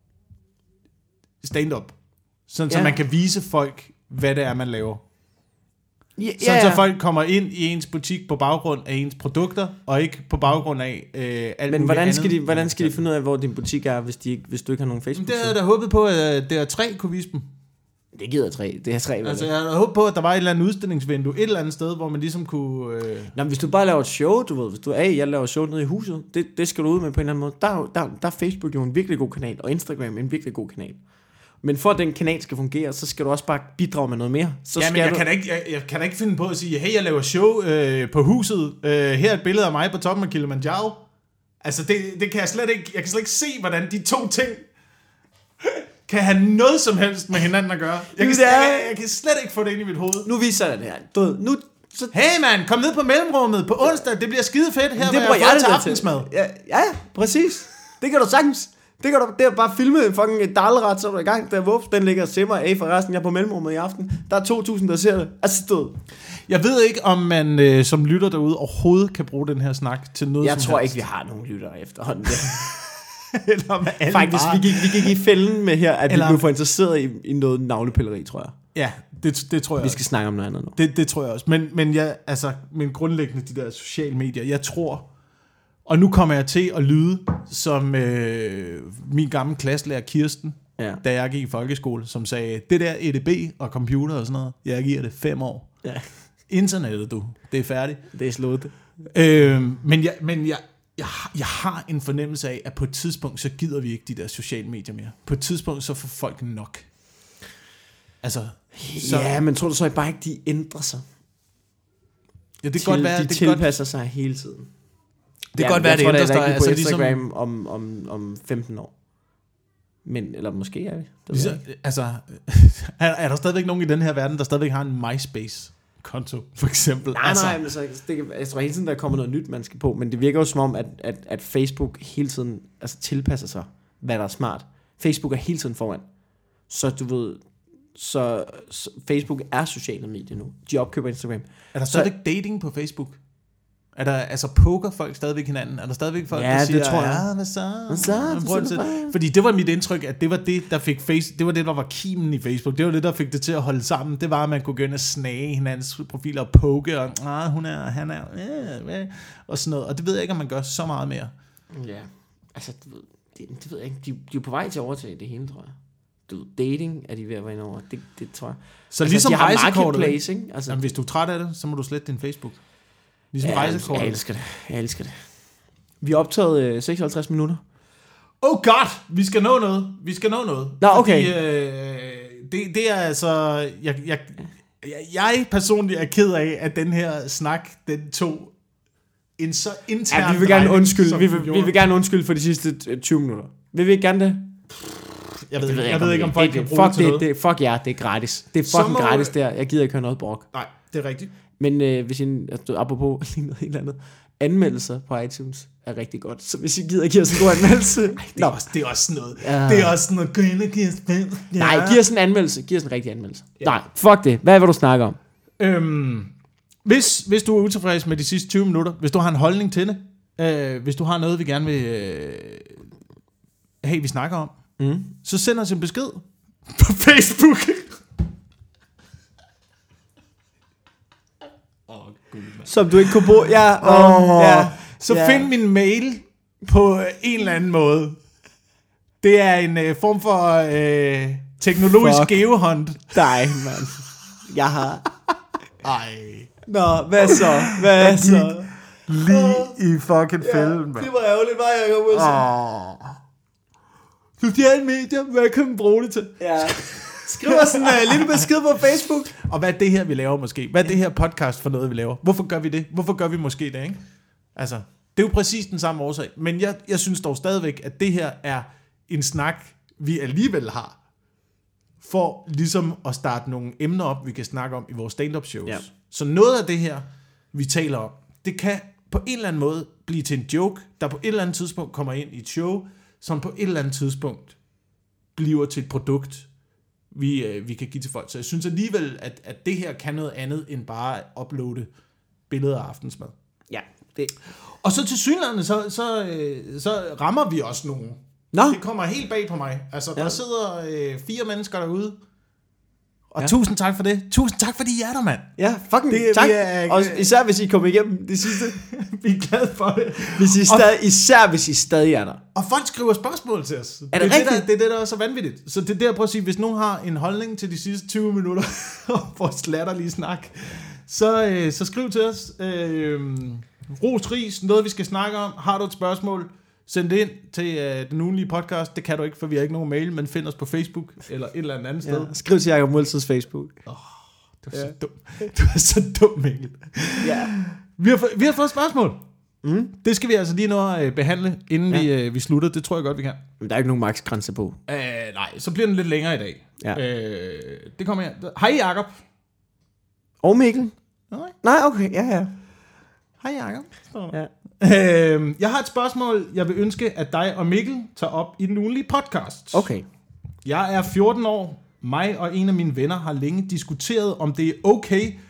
stand-up. Sådan, så man kan vise folk, hvad det er, man laver. Så folk kommer ind i ens butik på baggrund af ens produkter, og ikke på baggrund af alt men hvordan skal de finde ud af, hvor din butik er, hvis du ikke har nogen Facebook? Det havde jeg da håbet på, at DR3 kunne vise dem. Det gider 3. Det er 3. Altså, jeg havde håbet på, at der var et eller andet udstillingsvindue, et eller andet sted, hvor man ligesom kunne... Nå, men hvis du bare laver et show, du ved, hvis du jeg laver show nede i huset, det skal du ud med på en eller anden måde. Der er Facebook jo en virkelig god kanal, og Instagram en virkelig god kanal. Men for at den kanal skal fungere, så skal du også bare bidrage med noget mere. Så ja, men jeg kan da ikke finde på at sige, hey, jeg laver show på huset. Her er et billede af mig på toppen af Kilimanjaro. Altså, det kan jeg slet ikke se, hvordan de to ting kan have noget som helst med hinanden at gøre. Jeg kan slet ikke få det ind i mit hoved. Nu viser jeg det her. Hey man, kom ned på mellemrummet på onsdag. Det bliver skide fedt her, hvor jeg får til aftensmad. Ja, præcis. Det kan du sagtens. Det er bare filmet en fucking dalret, så er du i gang. Der den ligger og simmer af forresten. Jeg er på mellemrummet i aften. Der er 2.000, der ser det. Altså, Jeg ved ikke, om man som lytter derude overhovedet kan bruge den her snak til noget. Jeg tror ikke, vi har nogen lyttere efterhånden. Eller faktisk, vi gik i fælden med her, at vi blev for interesseret i noget navlepilleri, tror jeg. Ja, det tror jeg. Vi skal snakke om noget andet nu. Det tror jeg også. Men grundlæggende de der sociale medier, jeg tror, og nu kommer jeg til at lyde som min gamle klasselærer Kirsten, da jeg gik i folkeskole, som sagde, det der EDB og computer og sådan noget, jeg giver det 5 år. Ja. Internettet, det er færdigt. Det er slået. Men jeg har en fornemmelse af, at på et tidspunkt, så gider vi ikke de der sociale medier mere. På et tidspunkt, så får folk nok. Altså, ja, men tror du så bare ikke, de ændrer sig? Ja, det kan godt være. De tilpasser sig hele tiden. Det kan godt være, det ændrer sig. Altså, på Instagram om 15 år. Men, eller måske er vi. Er der stadigvæk nogen i den her verden, der stadigvæk har en MySpace-konto, for eksempel? Nej, men jeg tror hele tiden, der kommer noget nyt, man skal på. Men det virker jo som om, at Facebook hele tiden tilpasser sig, hvad der er smart. Facebook er hele tiden foran. Så du ved... Så Facebook er sociale medier nu. De opkøber Instagram. Er der stadigvæk dating på Facebook? Er der, poker folk stadigvæk hinanden? Er der stadigvæk folk, der siger, det tror jeg. Ja, hvad så? Fordi det var mit indtryk, at det var det, der fik det var det, der var kimen i Facebook. Det var det, der fik det til at holde sammen. Det var, at man kunne gå ind og snage hinandens profiler og poke, og han er, og sådan noget. Og det ved jeg ikke, om man gør så meget mere. Ja, det ved jeg ikke. De er jo på vej til at overtage det hele, tror jeg. Dating er de ved at være over. Det tror jeg. Så ligesom rejsekortet, ikke? Jamen, hvis du er træt af det, så må du slette din Facebook. Ligesom rejsekortet. Jeg elsker det. Vi har optaget 56 minutter. Oh god, vi skal nå noget. Nå, okay. Fordi, det er altså... Jeg personligt er ked af, at den her snak, den tog en så intern... Ja, vi vil gerne undskylde. Vi vil gerne undskylde for de sidste 20 minutter. Vil vi ikke gerne det? Jeg ved ikke, om folk kan bruge det til noget. Fuck ja, det er gratis. Det er fucking gratis der. Jeg gider ikke høre noget brok. Nej, det er rigtigt. Men hvis I, apropos noget helt andet, anmeldelser på iTunes er rigtig godt. Så hvis I gider give os en god anmeldelse... det er også sådan noget. Det er også sådan noget, gå ind og giv os 5. Ja. Nej, giv os en anmeldelse. Giv os en rigtig anmeldelse. Ja. Nej, fuck det. Hvad vil du snakke om? Hvis du er utilfreds med de sidste 20 minutter, hvis du har en holdning til det, hvis du har noget, vi gerne vil vi snakker om, så send os en besked på Facebook. Som du ikke kunne bruge. Så find min mail på en eller anden måde. Det er en form for teknologisk geohunt. Nej, mand. Jeg har... Ej. Nå, hvad så? Lige i fucking fælden, mand. Det var ærgerligt, var jeg kom ud til. Sociale medier, hvad kan man bruge det til? Ja. Skriv os en lille besked på Facebook. Og hvad er det her, vi laver måske? Hvad er det her podcast for noget, vi laver? Hvorfor gør vi det? Hvorfor gør vi måske det, ikke? Altså, det er jo præcis den samme årsag. Men jeg synes dog stadigvæk, at det her er en snak, vi alligevel har. For ligesom at starte nogle emner op, vi kan snakke om i vores stand-up shows. Ja. Så noget af det her, vi taler om, det kan på en eller anden måde blive til en joke, der på et eller andet tidspunkt kommer ind i et show, som på et eller andet tidspunkt bliver til et produkt, vi kan give til folk. Så jeg synes alligevel, at det her kan noget andet, end bare at uploade billeder af aftensmad. Ja. Det. Og så til synligheden, så rammer vi også nogen. Nå. Det kommer helt bag på mig. Altså, der sidder 4 mennesker derude. Og tusind tak for det. Tusind tak, fordi I er der, mand. Ja, fucking tak. Og især hvis I kommer igennem det sidste. Vi er glade for det. Især hvis I stadig er der. Og folk skriver spørgsmål til os. Er det rigtigt? Det er det, der er så vanvittigt. Så det er der, prøv at sige, hvis nogen har en holdning til de sidste 20 minutter, og vores latterlige snak, så skriv til os. Ros, ris, noget vi skal snakke om. Har du et spørgsmål, send det ind til den ugenlige podcast. Det kan du ikke, for vi har ikke nogen mail, men find os på Facebook eller et eller andet sted. Skriv til Jacob Multids Facebook. Du er så dum. Du er så dum, Mikkel. Ja. Vi har fået spørgsmål. Det skal vi altså lige nå at behandle, inden vi slutter. Det tror jeg godt, vi kan. Men der er ikke nogen maksgrænse på. Nej, så bliver den lidt længere i dag. Ja. Det kommer her. Hej Jacob. Og Mikkel. Nej, okay. Ja. Hej Jacob. Ja. Jeg har et spørgsmål, jeg vil ønske, at dig og Mikkel tager op i den ugenlige podcast. Okay. Jeg er 14 år. Mig og en af mine venner har længe diskuteret, om det er okay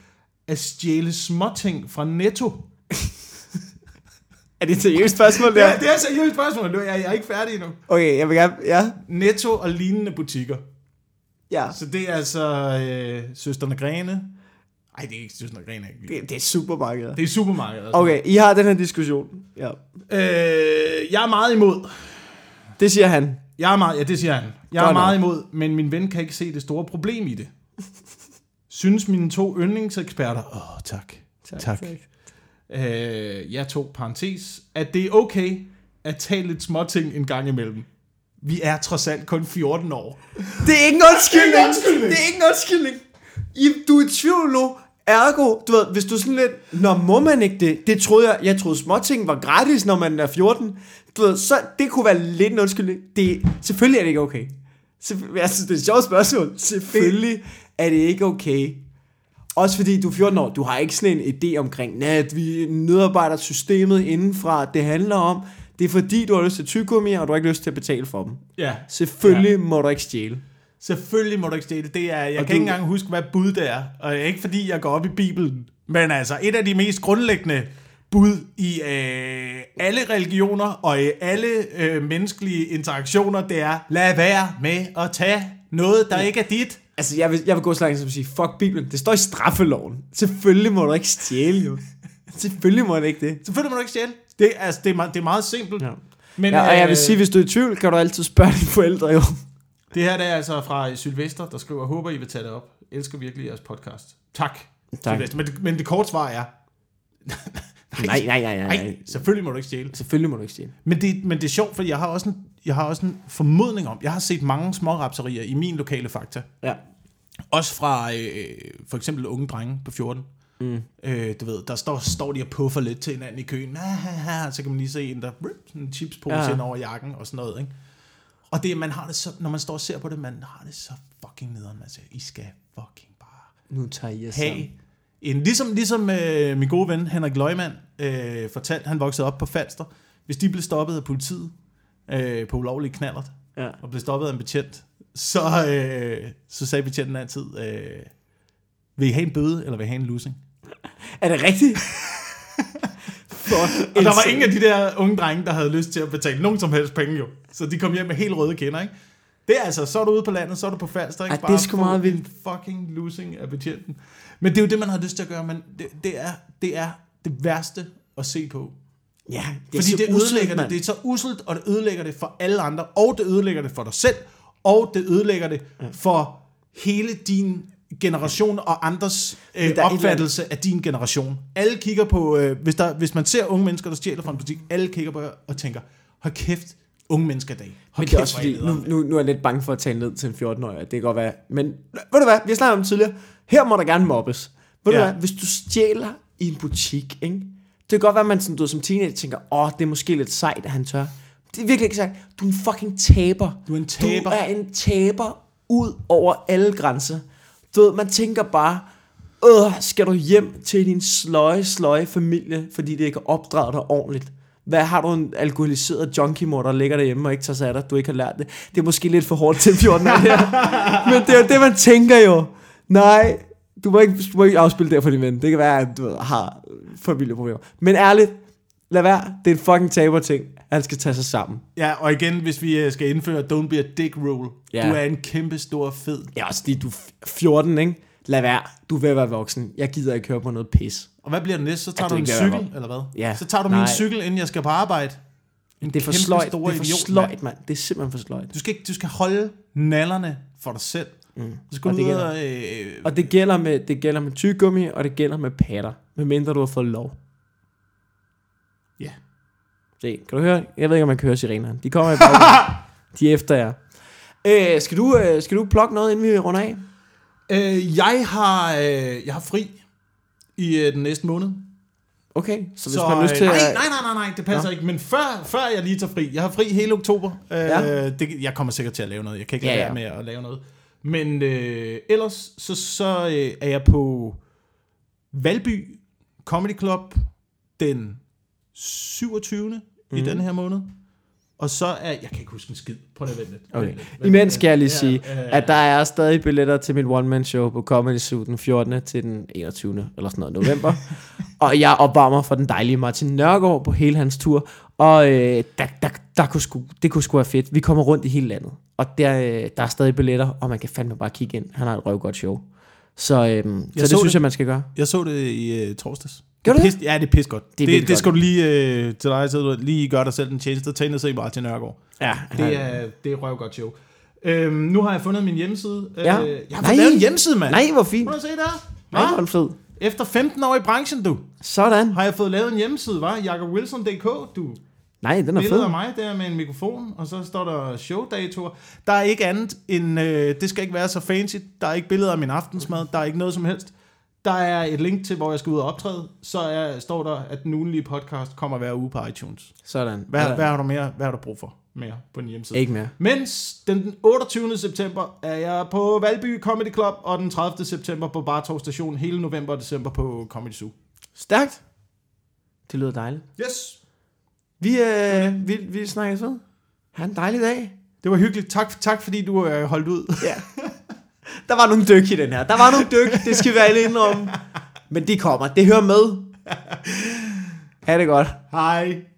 at stjæle småting fra Netto? Er det et seriøst spørgsmål der? Ja, det er et seriøst spørgsmål. Jeg er ikke færdig endnu. Okay, jeg vil gerne... Ja. Netto og lignende butikker. Ja. Så det er altså Søstrene Grene. Ej, det er ikke Søstrene Grene. Det er supermarkeder. Det er supermarkeder. Okay, I har den her diskussion. Ja. Jeg er meget imod. Det siger han. Det siger han. Jeg er meget imod, men min ven kan ikke se det store problem i det. Synes mine 2 yndlingseksperter... Tak. Jeg tog parentes, at det er okay at tage lidt småting en gang imellem. Vi er trods alt kun 14 år. Det er ikke en undskyldning. Det er ikke en undskyldning. Du er i tvivl nu. Ergo, du ved, hvis du sådan lidt... Nå, må man ikke det? Det troede jeg. Jeg troede småting var gratis, når man er 14. Du ved, så det kunne være lidt en undskyldning. Selvfølgelig er det ikke okay. Jeg synes, det er et sjovt spørgsmål. Selvfølgelig er det ikke okay. Også fordi du er 14 år, du har ikke sådan en idé omkring, at vi nedarbejder systemet indenfra. Det handler om, det er fordi, du har lyst til tyggegummi, og du har ikke lyst til at betale for dem. Ja. Selvfølgelig må du ikke stjæle. Selvfølgelig må du ikke stjæle. Det er, jeg kan ikke engang huske, hvad bud det er. Og ikke fordi, jeg går op i Bibelen. Men altså, et af de mest grundlæggende bud i alle religioner og i alle menneskelige interaktioner, det er, lad være med at tage noget, der ikke er dit. Altså, jeg vil gå så langt som at sige, fuck Bibelen. Det står i straffeloven. Selvfølgelig må du ikke stjæle, jo. Selvfølgelig må du ikke det. Selvfølgelig må du ikke stjæle. Det er meget simpelt. Ja. Men, og jeg vil sige, hvis du er i tvivl, kan du altid spørge dine forældre, jo. Det her det er altså fra Sylvester, der skriver, håber I vil tage det op. Elsker virkelig jeres podcast. Tak. Men det korte svar er... Nej. Selvfølgelig må du ikke stjæle. Selvfølgelig må du ikke stjæle. Men det er sjovt, for jeg har også en formodning om, jeg har set mange små rapserier i min lokale Fakta. Ja. Også fra for eksempel unge drenge på 14. Du ved, der står de og puffer lidt til hinanden i køen. Så kan man lige se en, der sådan en chipspose ind over jakken og sådan noget, ikke? Og det, man har det så, når man står og ser på det, man har det så fucking nederen. Man siger, I skal fucking bare... Nu tager I jer sammen. Ligesom min gode ven Henrik Løgman fortalte, han voksede op på Falster. Hvis de blev stoppet af politiet på ulovlige knallert, og blev stoppet af en betjent, så sagde betjenten altid, vil I have en bøde, eller vil I have en lussing? Er det rigtigt? Og der var ingen af de der unge drenge, der havde lyst til at betale nogen som helst penge, jo. Så de kom hjem med helt røde kinder, ikke? Det er altså, så er du ude på landet, så er du på Falster, ikke? Det er sgu meget vildt. Fucking losing af betjenten. Men det er jo det, man har lyst til at gøre, men det er det værste at se på. Ja, fordi det ødelægger det. Det er så usselt, og det ødelægger det for alle andre, og det ødelægger det for dig selv, og det ødelægger det for hele din generation og andres opfattelse af din generation. Alle kigger på, hvis man ser unge mennesker, der stjæler fra en butik, alle kigger på og tænker, hold kæft, unge mennesker i dag. Men det er også fordi, nu er jeg lidt bange for at tale ned til en 14-årig, det kan godt være. Men ved du hvad, vi har snakket om tidligere, her må der gerne mobbes. Ved du hvad, hvis du stjæler i en butik, ikke? Det kan godt være, at man som teenager tænker, det er måske lidt sejt, at han tør. Det er virkelig ikke sejt. Du er en fucking taber. Du er en taber ud over alle grænser. Du ved, man tænker bare, skal du hjem til din sløje familie, fordi det ikke har opdraget dig ordentligt? Hvad har du en alkoholiseret junkie-mor, der ligger derhjemme og ikke tager sig af dig, du ikke har lært det? Det er måske lidt for hårdt til 14 år her. Men det er jo det, man tænker jo. Nej, du må ikke afspille der for din ven. Det kan være, at du har familieproblemer. Men ærligt, lad være. Det er en fucking taber-ting. Han skal tage sig sammen. Ja, og igen, hvis vi skal indføre don't be a dick rule. Ja. Du er en kæmpe stor fed. Ja, også fordi du er 14, ikke? Lad være. Du vil være voksen. Jeg gider ikke køre på noget pis. Og hvad bliver det næste? Så tager du en cykel, eller hvad? Ja. Så tager du min cykel, inden jeg skal på arbejde. Det er for sløjt. Det er for sløjt, mand. Det er simpelthen for sløjt. Du skal holde nallerne for dig selv. Du skal og det gælder med tyggegummi, og det gælder med patter. Medmindre du har fået lov. Ja. Se, kan du høre? Jeg ved ikke, om man kan høre sirenerne. De kommer i baggrunden. De er efter jer. Skal du plukke noget, inden vi runder af? Jeg har fri i den næste måned. Okay, så hvis man har lyst til Nej, det passer ikke. Men før jeg lige tager fri. Jeg har fri hele oktober. Jeg kommer sikkert til at lave noget. Jeg kan ikke lade være med at lave noget. Men ellers så er jeg på Valby Comedy Club den 27. i den her måned. Og så er... Jeg kan ikke huske en skid. Prøv lige at vente lidt. Okay. Imens skal jeg lige sige, at der er stadig billetter til mit one-man-show på Comedy Zoo den 14. til den 21. eller sådan noget november. Og jeg opvarmer for den dejlige Martin Nørgaard på hele hans tur. Og det kunne sgu være fedt. Vi kommer rundt i hele landet. Og der er stadig billetter, og man kan fandme bare kigge ind. Han har et røvgodt show. Så det synes jeg, man skal gøre. Jeg så det i torsdags. Gør du det? Ja, det er pis godt. Det skal du lige til dig, så du lige gøre dig selv en tjeneste. Tag ned og se Martin Nørgaard. Ja. Det er røvgodt show. Nu har jeg fundet min hjemmeside. Ja. Jeg har fået lavet en hjemmeside, mand. Nej, hvor fint. Prøv at se der. Nej, hvor fed. Efter 15 år i branchen, du. Sådan. Har jeg fået lavet en hjemmeside, var? JakobWilson.dk, du. Nej, den er Billeder fed. af mig der med en mikrofon, og så står der showdatoer. Der er ikke andet end, det skal ikke være så fancy. Der er ikke billeder af min aftensmad. Der er ikke noget som helst. Der er et link til, hvor jeg skal ud og optræde. Så står der, at den ugenlige podcast kommer hver uge på iTunes. Sådan. Hvad har du mere? Hvad har du brug for mere på den hjemmeside? Ikke mere. Mens den 28. september er jeg på Valby Comedy Club, og den 30. september på Bartov Station, hele november og december på Comedy Zoo. Stærkt. Det lyder dejligt. Yes. Vi snakkes ud. Ha' en dejlig dag. Det var hyggeligt. Tak fordi du holdt ud. Ja. Der var nogle dyk i den her. Der var nogle dyk, det skal vi alle indrømme. Men de kommer. Det hører med. Ha' det godt. Hej.